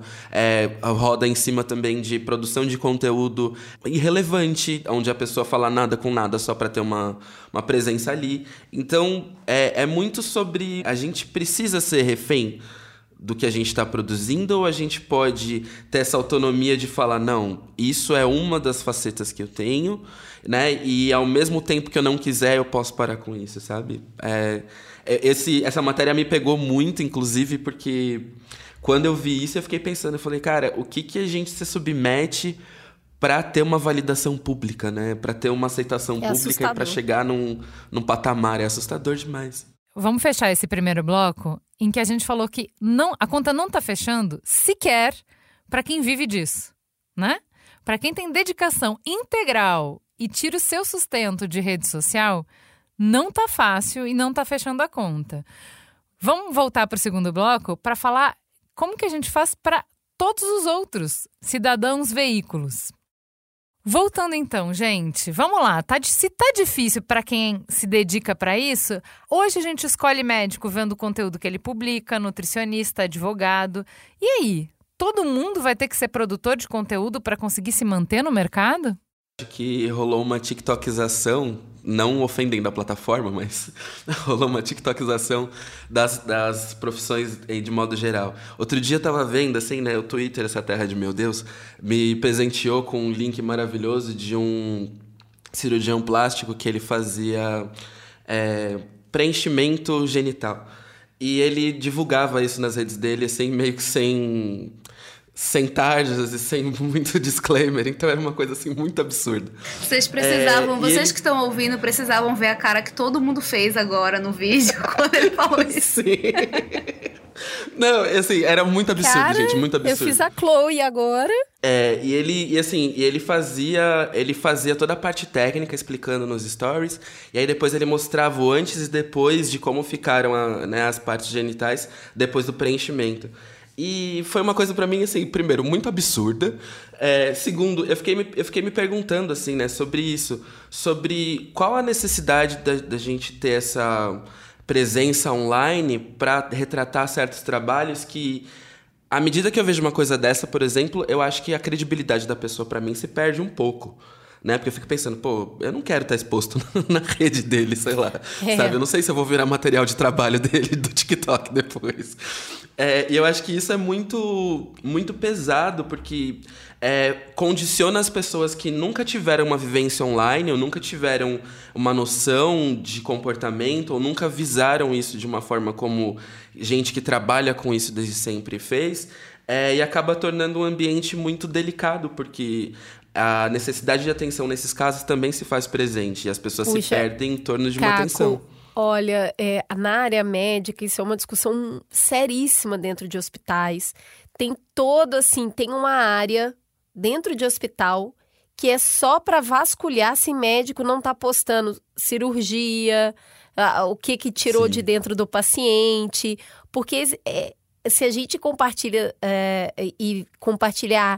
roda em cima também de produção de conteúdo irrelevante, onde a pessoa fala nada com nada só para ter uma presença ali. Então, é muito sobre a gente precisa ser refém do que a gente está produzindo, ou a gente pode ter essa autonomia de falar, não, isso é uma das facetas que eu tenho, né? E ao mesmo tempo que eu não quiser, eu posso parar com isso, sabe? Essa matéria me pegou muito, inclusive, porque quando eu vi isso, eu fiquei pensando, eu falei, cara, o que a gente se submete para ter uma validação pública, né? Para ter uma aceitação pública e para chegar num patamar. É assustador demais. Vamos fechar esse primeiro bloco em que a gente falou que a conta não está fechando sequer para quem vive disso, né? Para quem tem dedicação integral e tira o seu sustento de rede social, não tá fácil e não tá fechando a conta. Vamos voltar para o segundo bloco para falar como que a gente faz para todos os outros cidadãos veículos. Voltando então, gente, vamos lá. Se tá difícil para quem se dedica para isso, hoje a gente escolhe médico vendo o conteúdo que ele publica, nutricionista, advogado. E aí, todo mundo vai ter que ser produtor de conteúdo para conseguir se manter no mercado? Acho que rolou uma tiktokização, não ofendendo a plataforma, mas rolou uma tiktokização das profissões de modo geral. Outro dia eu tava vendo, assim, né, o Twitter, essa terra de meu Deus, me presenteou com um link maravilhoso de um cirurgião plástico que ele fazia preenchimento genital. E ele divulgava isso nas redes dele, assim, meio que sem tarjas e sem muito disclaimer. Então era uma coisa, assim, muito absurda. Vocês precisavam, vocês que estão ouvindo, precisavam ver a cara que todo mundo fez agora no vídeo quando ele falou isso. Sim. Não, assim, era muito absurdo, Cara, gente, muito absurdo. Eu fiz a Chloe agora. E ele fazia toda a parte técnica explicando nos stories, e aí depois ele mostrava o antes e depois de como ficaram as partes genitais depois do preenchimento. E foi uma coisa pra mim, assim, primeiro, muito absurda. Segundo, eu fiquei me perguntando, assim, né, sobre isso. Sobre qual a necessidade da gente ter essa presença online para retratar certos trabalhos que, à medida que eu vejo uma coisa dessa, por exemplo, eu acho que a credibilidade da pessoa, pra mim, se perde um pouco. Né? Porque eu fico pensando, eu não quero estar exposto na rede dele, sei lá. Sabe? Eu não sei se eu vou virar material de trabalho dele do TikTok depois. E eu acho que isso é muito, muito pesado, porque condiciona as pessoas que nunca tiveram uma vivência online, ou nunca tiveram uma noção de comportamento, ou nunca visaram isso de uma forma como gente que trabalha com isso desde sempre fez, e acaba tornando um ambiente muito delicado, porque a necessidade de atenção nesses casos também se faz presente, e as pessoas se perdem em torno de uma atenção. Olha, na área médica, isso é uma discussão seríssima dentro de hospitais. Tem tem uma área dentro de hospital que é só para vasculhar se médico não está postando cirurgia, o que tirou de dentro do paciente. Porque se a gente compartilha e compartilhar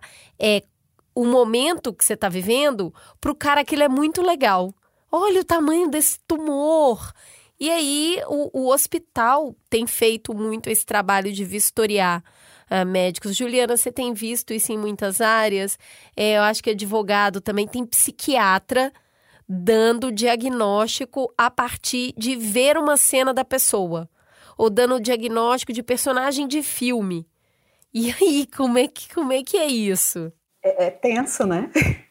o momento que você está vivendo, para o cara aquilo é muito legal. Olha o tamanho desse tumor. E aí, o hospital tem feito muito esse trabalho de vistoriar médicos. Juliana, você tem visto isso em muitas áreas. Eu acho que advogado também tem psiquiatra dando diagnóstico a partir de ver uma cena da pessoa. Ou dando diagnóstico de personagem de filme. E aí, como é que é isso? É tenso, né?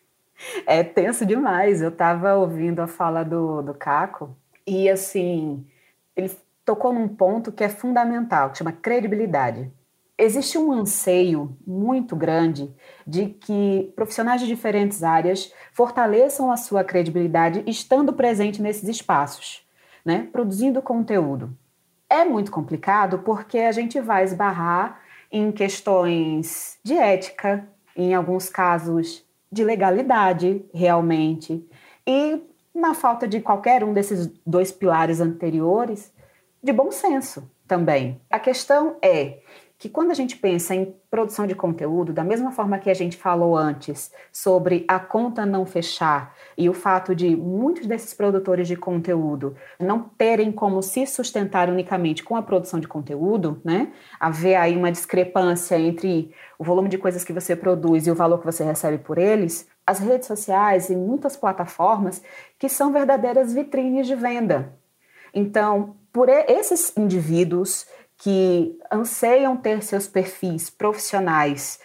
É tenso demais. Eu estava ouvindo a fala do Caco e, assim, ele tocou num ponto que é fundamental, que chama credibilidade. Existe um anseio muito grande de que profissionais de diferentes áreas fortaleçam a sua credibilidade estando presente nesses espaços, né? Produzindo conteúdo. É muito complicado porque a gente vai esbarrar em questões de ética, em alguns casos de legalidade, realmente, e na falta de qualquer um desses dois pilares anteriores, de bom senso também. A questão é que quando a gente pensa em produção de conteúdo, da mesma forma que a gente falou antes sobre a conta não fechar e o fato de muitos desses produtores de conteúdo não terem como se sustentar unicamente com a produção de conteúdo, né? Haver aí uma discrepância entre o volume de coisas que você produz e o valor que você recebe por eles, as redes sociais e muitas plataformas que são verdadeiras vitrines de venda. Então, por esses indivíduos que anseiam ter seus perfis profissionais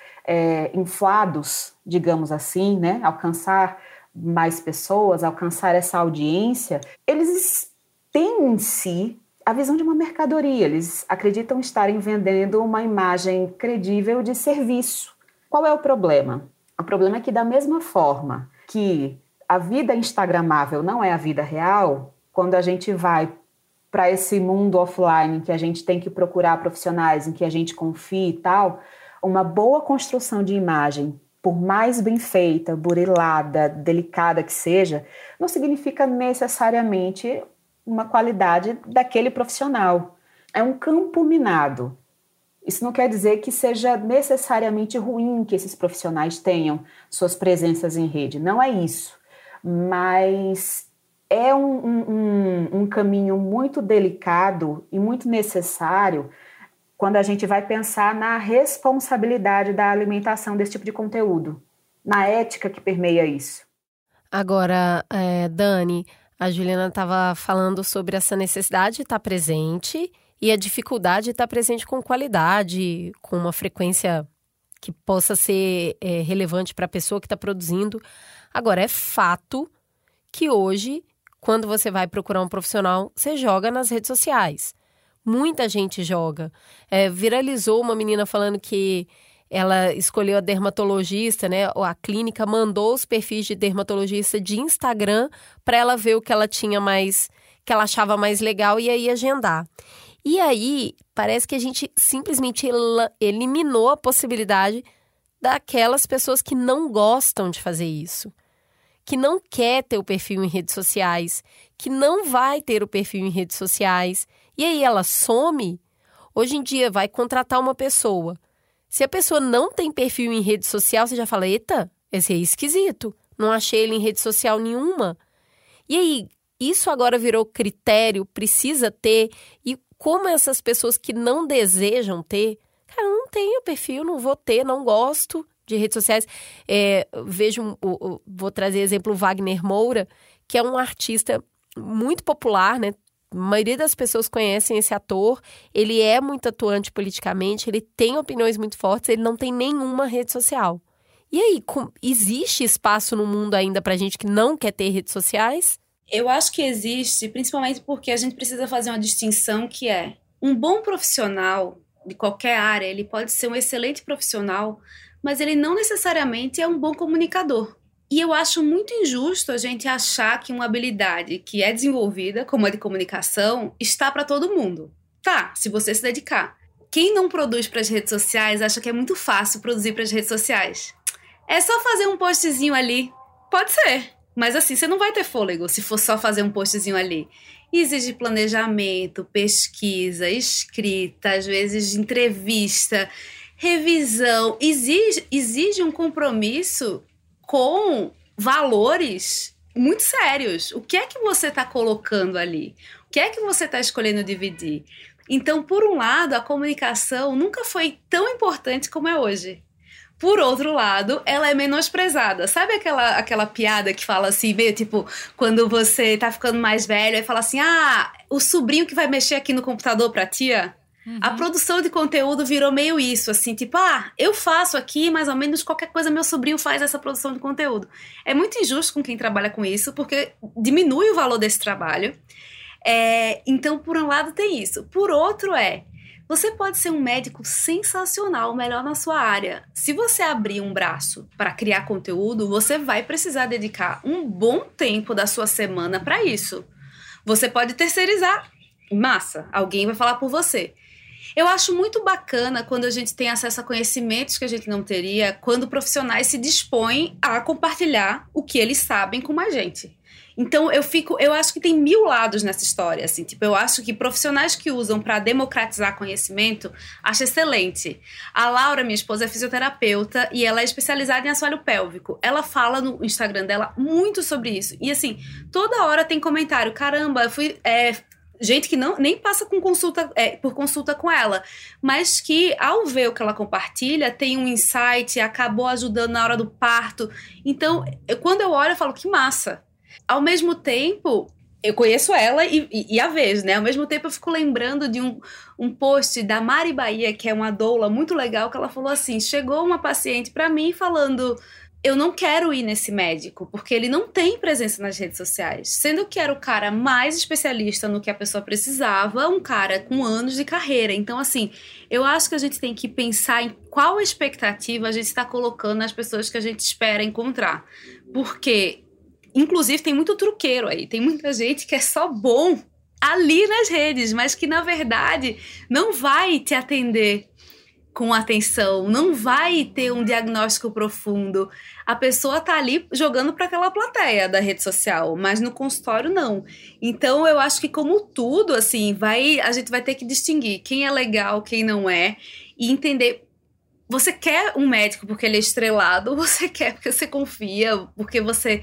inflados, digamos assim, né? Alcançar mais pessoas, alcançar essa audiência, eles têm em si a visão de uma mercadoria, eles acreditam estarem vendendo uma imagem credível de serviço. Qual é o problema? O problema é que, da mesma forma que a vida instagramável não é a vida real, quando a gente vai para esse mundo offline, em que a gente tem que procurar profissionais, em que a gente confia e tal, uma boa construção de imagem, por mais bem feita, burilada, delicada que seja, não significa necessariamente uma qualidade daquele profissional. É um campo minado. Isso não quer dizer que seja necessariamente ruim que esses profissionais tenham suas presenças em rede. Não é isso. Mas é um caminho muito delicado e muito necessário quando a gente vai pensar na responsabilidade da alimentação desse tipo de conteúdo, na ética que permeia isso. Agora, Dani, a Juliana estava falando sobre essa necessidade de estar presente e a dificuldade de estar presente com qualidade, com uma frequência que possa ser relevante para a pessoa que está produzindo. Agora, é fato que hoje, quando você vai procurar um profissional, você joga nas redes sociais. Muita gente joga. Viralizou uma menina falando que ela escolheu a dermatologista, né? A clínica mandou os perfis de dermatologista de Instagram para ela ver o que ela tinha mais, que ela achava mais legal e aí agendar. E aí, parece que a gente simplesmente eliminou a possibilidade daquelas pessoas que não gostam de fazer isso, que não quer ter o perfil em redes sociais, que não vai ter o perfil em redes sociais, e aí ela some. Hoje em dia vai contratar uma pessoa. Se a pessoa não tem perfil em rede social, você já fala, eita, esse é esquisito, não achei ele em rede social nenhuma. E aí, isso agora virou critério, precisa ter, e como essas pessoas que não desejam ter, cara, eu não tenho perfil, não vou ter, não gosto de redes sociais. Vou trazer exemplo o Wagner Moura, que é um artista muito popular, né? A maioria das pessoas conhecem esse ator, ele é muito atuante politicamente, ele tem opiniões muito fortes, ele não tem nenhuma rede social. E aí, existe espaço no mundo ainda pra gente que não quer ter redes sociais? Eu acho que existe, principalmente porque a gente precisa fazer uma distinção que é um bom profissional de qualquer área, ele pode ser um excelente profissional, mas ele não necessariamente é um bom comunicador. E eu acho muito injusto a gente achar que uma habilidade que é desenvolvida, como a de comunicação, está para todo mundo. Tá, se você se dedicar. Quem não produz para as redes sociais acha que é muito fácil produzir para as redes sociais. É só fazer um postzinho ali. Pode ser, mas assim, você não vai ter fôlego se for só fazer um postzinho ali. Exige planejamento, pesquisa, escrita, às vezes entrevista, revisão. Exige um compromisso com valores muito sérios. O que é que você está colocando ali? O que é que você está escolhendo dividir? Então, por um lado, a comunicação nunca foi tão importante como é hoje. Por outro lado, ela é menosprezada. Sabe aquela piada que fala assim, meio tipo, quando você tá ficando mais velho, e fala assim, o sobrinho que vai mexer aqui no computador pra tia? Uhum. A produção de conteúdo virou meio isso, assim, tipo, eu faço aqui, mais ou menos qualquer coisa meu sobrinho faz essa produção de conteúdo. É muito injusto com quem trabalha com isso, porque diminui o valor desse trabalho. Então, por um lado tem isso. Por outro você pode ser um médico sensacional, melhor na sua área. Se você abrir um braço para criar conteúdo, você vai precisar dedicar um bom tempo da sua semana para isso. Você pode terceirizar. Massa, alguém vai falar por você. Eu acho muito bacana quando a gente tem acesso a conhecimentos que a gente não teria, quando profissionais se dispõem a compartilhar o que eles sabem com mais gente. Então, eu acho que tem 1000 lados nessa história, assim, tipo, eu acho que profissionais que usam para democratizar conhecimento, acho excelente. A Laura, minha esposa, é fisioterapeuta e ela é especializada em assoalho pélvico. Ela fala no Instagram dela muito sobre isso. E, assim, toda hora tem comentário, caramba, eu fui... gente que nem passa por consulta com ela, mas que ao ver o que ela compartilha, tem um insight, acabou ajudando na hora do parto. Então, quando eu olho, eu falo, que massa. Ao mesmo tempo, eu conheço ela e a vejo, né? Ao mesmo tempo, eu fico lembrando de um post da Mari Bahia, que é uma doula muito legal, que ela falou assim, chegou uma paciente pra mim falando... Eu não quero ir nesse médico, porque ele não tem presença nas redes sociais. Sendo que era o cara mais especialista no que a pessoa precisava, um cara com anos de carreira. Então, assim, eu acho que a gente tem que pensar em qual expectativa a gente está colocando nas pessoas que a gente espera encontrar. Porque, inclusive, tem muito truqueiro aí. Tem muita gente que é só bom ali nas redes, mas que, na verdade, não vai te atender com atenção, não vai ter um diagnóstico profundo. A pessoa tá ali jogando para aquela plateia da rede social, mas no consultório não. Então eu acho que como tudo, assim, a gente vai ter que distinguir quem é legal, quem não é, e entender, você quer um médico porque ele é estrelado, ou você quer porque você confia, porque você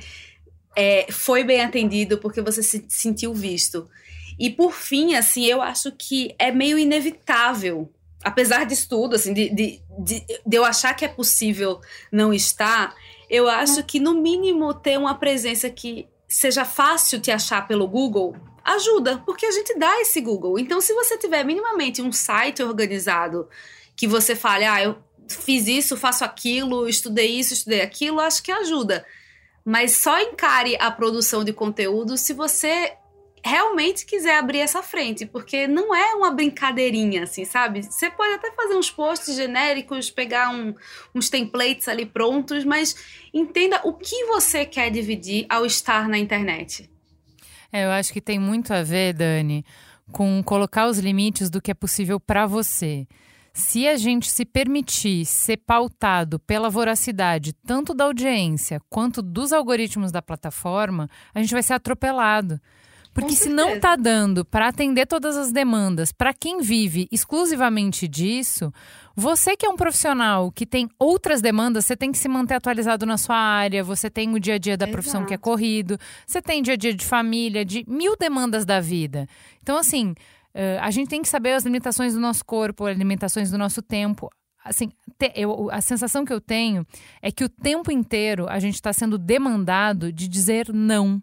foi bem atendido, porque você se sentiu visto. E por fim, assim, eu acho que é meio inevitável, apesar disso tudo, assim, de eu achar que é possível não estar, eu acho que, no mínimo, ter uma presença que seja fácil te achar pelo Google ajuda, porque a gente dá esse Google. Então, se você tiver minimamente um site organizado, que você fale, eu fiz isso, faço aquilo, estudei isso, estudei aquilo, acho que ajuda. Mas só encare a produção de conteúdo se você realmente quiser abrir essa frente, porque não é uma brincadeirinha, assim, sabe? Você pode até fazer uns posts genéricos, pegar uns templates ali prontos, mas entenda o que você quer dividir ao estar na internet. Eu acho que tem muito a ver, Dani, com colocar os limites do que é possível para você. Se a gente se permitir ser pautado pela voracidade tanto da audiência quanto dos algoritmos da plataforma, a gente vai ser atropelado. Porque se não está dando para atender todas as demandas, para quem vive exclusivamente disso, você que é um profissional que tem outras demandas, você tem que se manter atualizado na sua área, você tem o dia a dia da profissão que é corrido, você tem dia a dia de família, de 1000 demandas da vida. Então, assim, a gente tem que saber as limitações do nosso corpo, as limitações do nosso tempo. Assim, a sensação que eu tenho é que o tempo inteiro a gente está sendo demandado de dizer não.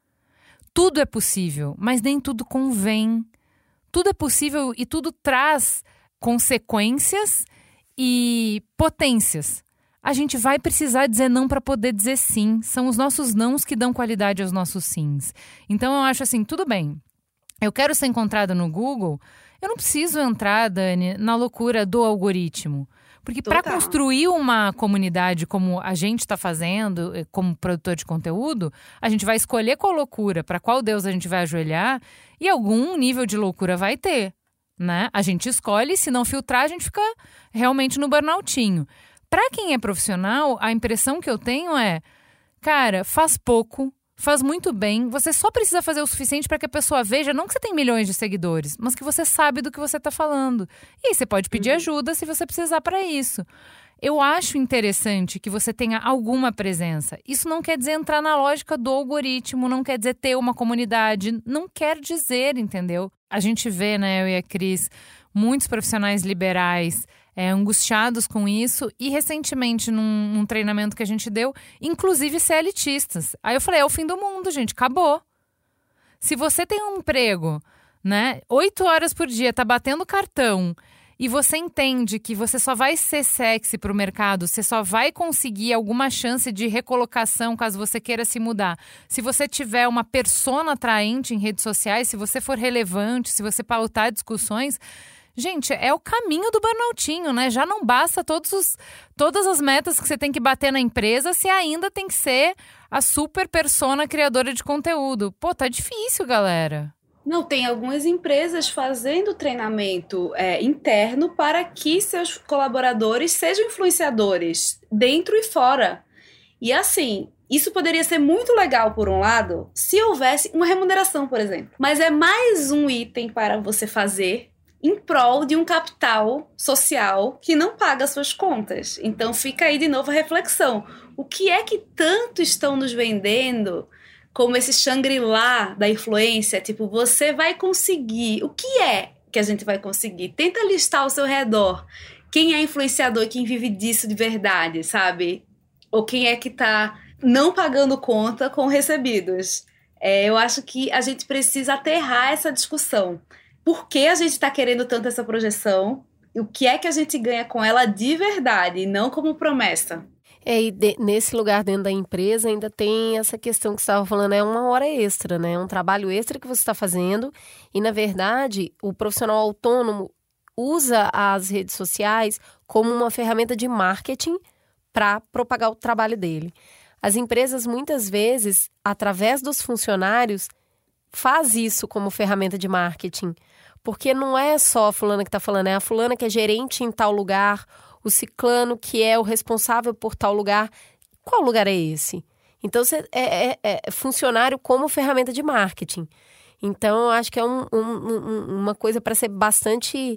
Tudo é possível, mas nem tudo convém. Tudo é possível e tudo traz consequências e potências. A gente vai precisar dizer não para poder dizer sim. São os nossos nãos que dão qualidade aos nossos sims. Então eu acho assim, tudo bem. Eu quero ser encontrada no Google, eu não preciso entrar, Dani, na loucura do algoritmo. Porque para construir uma comunidade como a gente está fazendo, como produtor de conteúdo, a gente vai escolher qual loucura, para qual Deus a gente vai ajoelhar, e algum nível de loucura vai ter, né? A gente escolhe, se não filtrar, a gente fica realmente no burnoutinho. Para quem é profissional, a impressão que eu tenho é, cara, faz pouco, faz muito bem, você só precisa fazer o suficiente para que a pessoa veja, não que você tem milhões de seguidores, mas que você sabe do que você está falando. E aí você pode pedir ajuda se você precisar para isso. Eu acho interessante que você tenha alguma presença. Isso não quer dizer entrar na lógica do algoritmo, não quer dizer ter uma comunidade, não quer dizer, entendeu? A gente vê, né, eu e a Cris, muitos profissionais liberais angustiados com isso e recentemente num treinamento que a gente deu, inclusive CLTistas. Aí eu falei, é o fim do mundo, gente, acabou. Se você tem um emprego, né, 8 horas por dia, tá batendo cartão e você entende que você só vai ser sexy pro mercado, você só vai conseguir alguma chance de recolocação caso você queira se mudar. Se você tiver uma persona atraente em redes sociais, se você for relevante, se você pautar discussões... Gente, é o caminho do burnoutinho, né? Já não basta todas as metas que você tem que bater na empresa, se ainda tem que ser a super persona criadora de conteúdo. Pô, tá difícil, galera. Não, tem algumas empresas fazendo treinamento interno para que seus colaboradores sejam influenciadores, dentro e fora. E assim, isso poderia ser muito legal, por um lado, se houvesse uma remuneração, por exemplo. Mas é mais um item para você fazer em prol de um capital social que não paga suas contas. Então fica aí de novo a reflexão. O que é que tanto estão nos vendendo como esse Shangri-La da influência? Tipo, você vai conseguir. O que é que a gente vai conseguir? Tenta listar ao seu redor quem é influenciador, quem vive disso de verdade, sabe? Ou quem é que tá não pagando conta com recebidos. Eu acho que a gente precisa aterrar essa discussão. Por que a gente está querendo tanto essa projeção? E o que é que a gente ganha com ela de verdade, e não como promessa? Nesse lugar dentro da empresa ainda tem essa questão que você estava falando, é uma hora extra, né? Um trabalho extra que você está fazendo. E, na verdade, o profissional autônomo usa as redes sociais como uma ferramenta de marketing para propagar o trabalho dele. As empresas, muitas vezes, através dos funcionários, faz isso como ferramenta de marketing. Porque não é só a fulana que está falando, é a fulana que é gerente em tal lugar, o ciclano que é o responsável por tal lugar. Qual lugar é esse? Então, você é funcionário como ferramenta de marketing. Então, eu acho que é uma coisa para ser bastante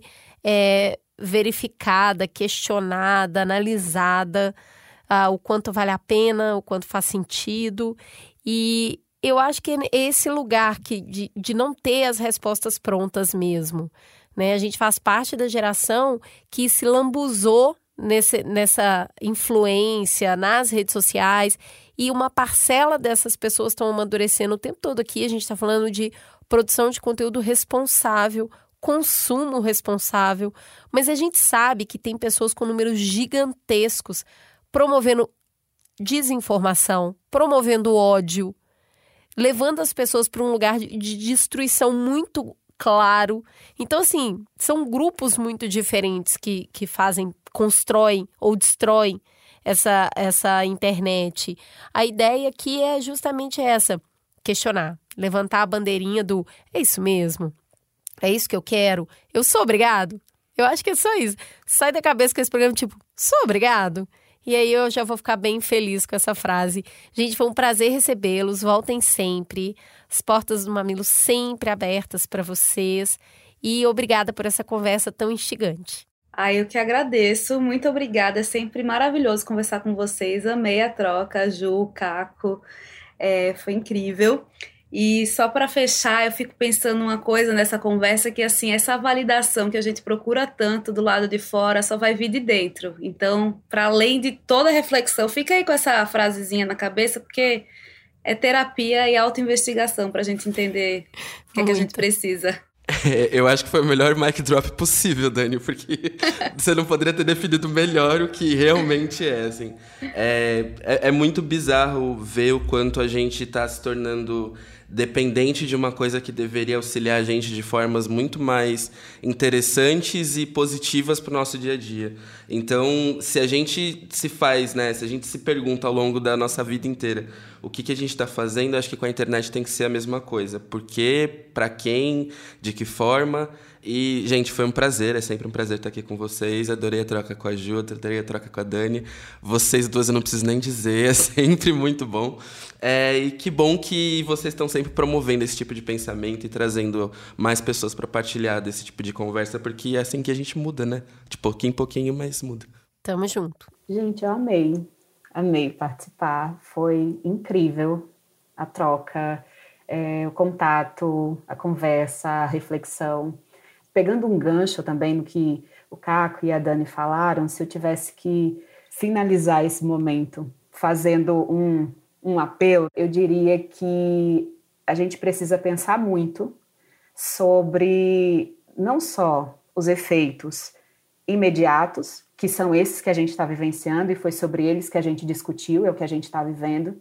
verificada, questionada, analisada, o quanto vale a pena, o quanto faz sentido. E eu acho que é esse lugar de não ter as respostas prontas mesmo, né? A gente faz parte da geração que se lambuzou nessa influência nas redes sociais e uma parcela dessas pessoas estão amadurecendo o tempo todo aqui. A gente está falando de produção de conteúdo responsável, consumo responsável, mas a gente sabe que tem pessoas com números gigantescos promovendo desinformação, promovendo ódio, levando as pessoas para um lugar de destruição muito claro. Então, assim, são grupos muito diferentes que constroem ou destroem essa internet. A ideia aqui é justamente essa, questionar, levantar a bandeirinha do é isso mesmo? É isso que eu quero? Eu sou obrigado? Eu acho que é só isso. Sai da cabeça com esse programa, tipo, sou obrigado? E aí eu já vou ficar bem feliz com essa frase. Gente, foi um prazer recebê-los. Voltem sempre. As portas do Mamilo sempre abertas para vocês. E obrigada por essa conversa tão instigante. Eu que agradeço. Muito obrigada. É sempre maravilhoso conversar com vocês. Amei a troca, Ju, Caco. Foi incrível. E só para fechar, eu fico pensando uma coisa nessa conversa, que assim, essa validação que a gente procura tanto do lado de fora só vai vir de dentro. Então, para além de toda a reflexão, fica aí com essa frasezinha na cabeça, porque é terapia e autoinvestigação para a gente entender o que é que a gente precisa. Eu acho que foi o melhor mic drop possível, Dani, porque você não poderia ter definido melhor o que realmente é, assim. É muito bizarro ver o quanto a gente está se tornando dependente de uma coisa que deveria auxiliar a gente de formas muito mais interessantes e positivas para o nosso dia a dia. Então, se a gente se faz, né, se a gente se pergunta ao longo da nossa vida inteira o que a gente está fazendo, acho que com a internet tem que ser a mesma coisa. Por quê? Para quem? De que forma? E, gente, foi um prazer, é sempre um prazer estar aqui com vocês. Adorei a troca com a Ju, adorei a troca com a Dani. Vocês duas eu não preciso nem dizer, é sempre muito bom. E que bom que vocês estão sempre promovendo esse tipo de pensamento e trazendo mais pessoas para partilhar desse tipo de conversa, porque é assim que a gente muda, né? De pouquinho em pouquinho, mas muda. Tamo junto. Gente, eu amei participar, foi incrível a troca, o contato, a conversa, a reflexão. Pegando um gancho também no que o Caco e a Dani falaram, se eu tivesse que finalizar esse momento fazendo um apelo, eu diria que a gente precisa pensar muito sobre não só os efeitos imediatos, que são esses que a gente está vivenciando, e foi sobre eles que a gente discutiu, é o que a gente está vivendo,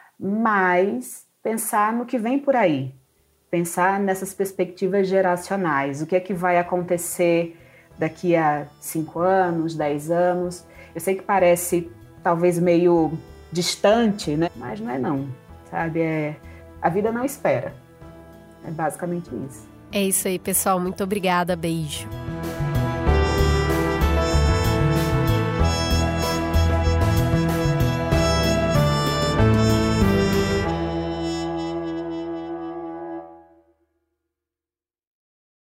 mas pensar no que vem por aí, pensar nessas perspectivas geracionais, o que é que vai acontecer daqui a 5 anos, 10 anos. Eu sei que parece talvez meio distante, né? Mas não é não, sabe? A vida não espera. É basicamente isso. É isso aí, pessoal. Muito obrigada. Beijo.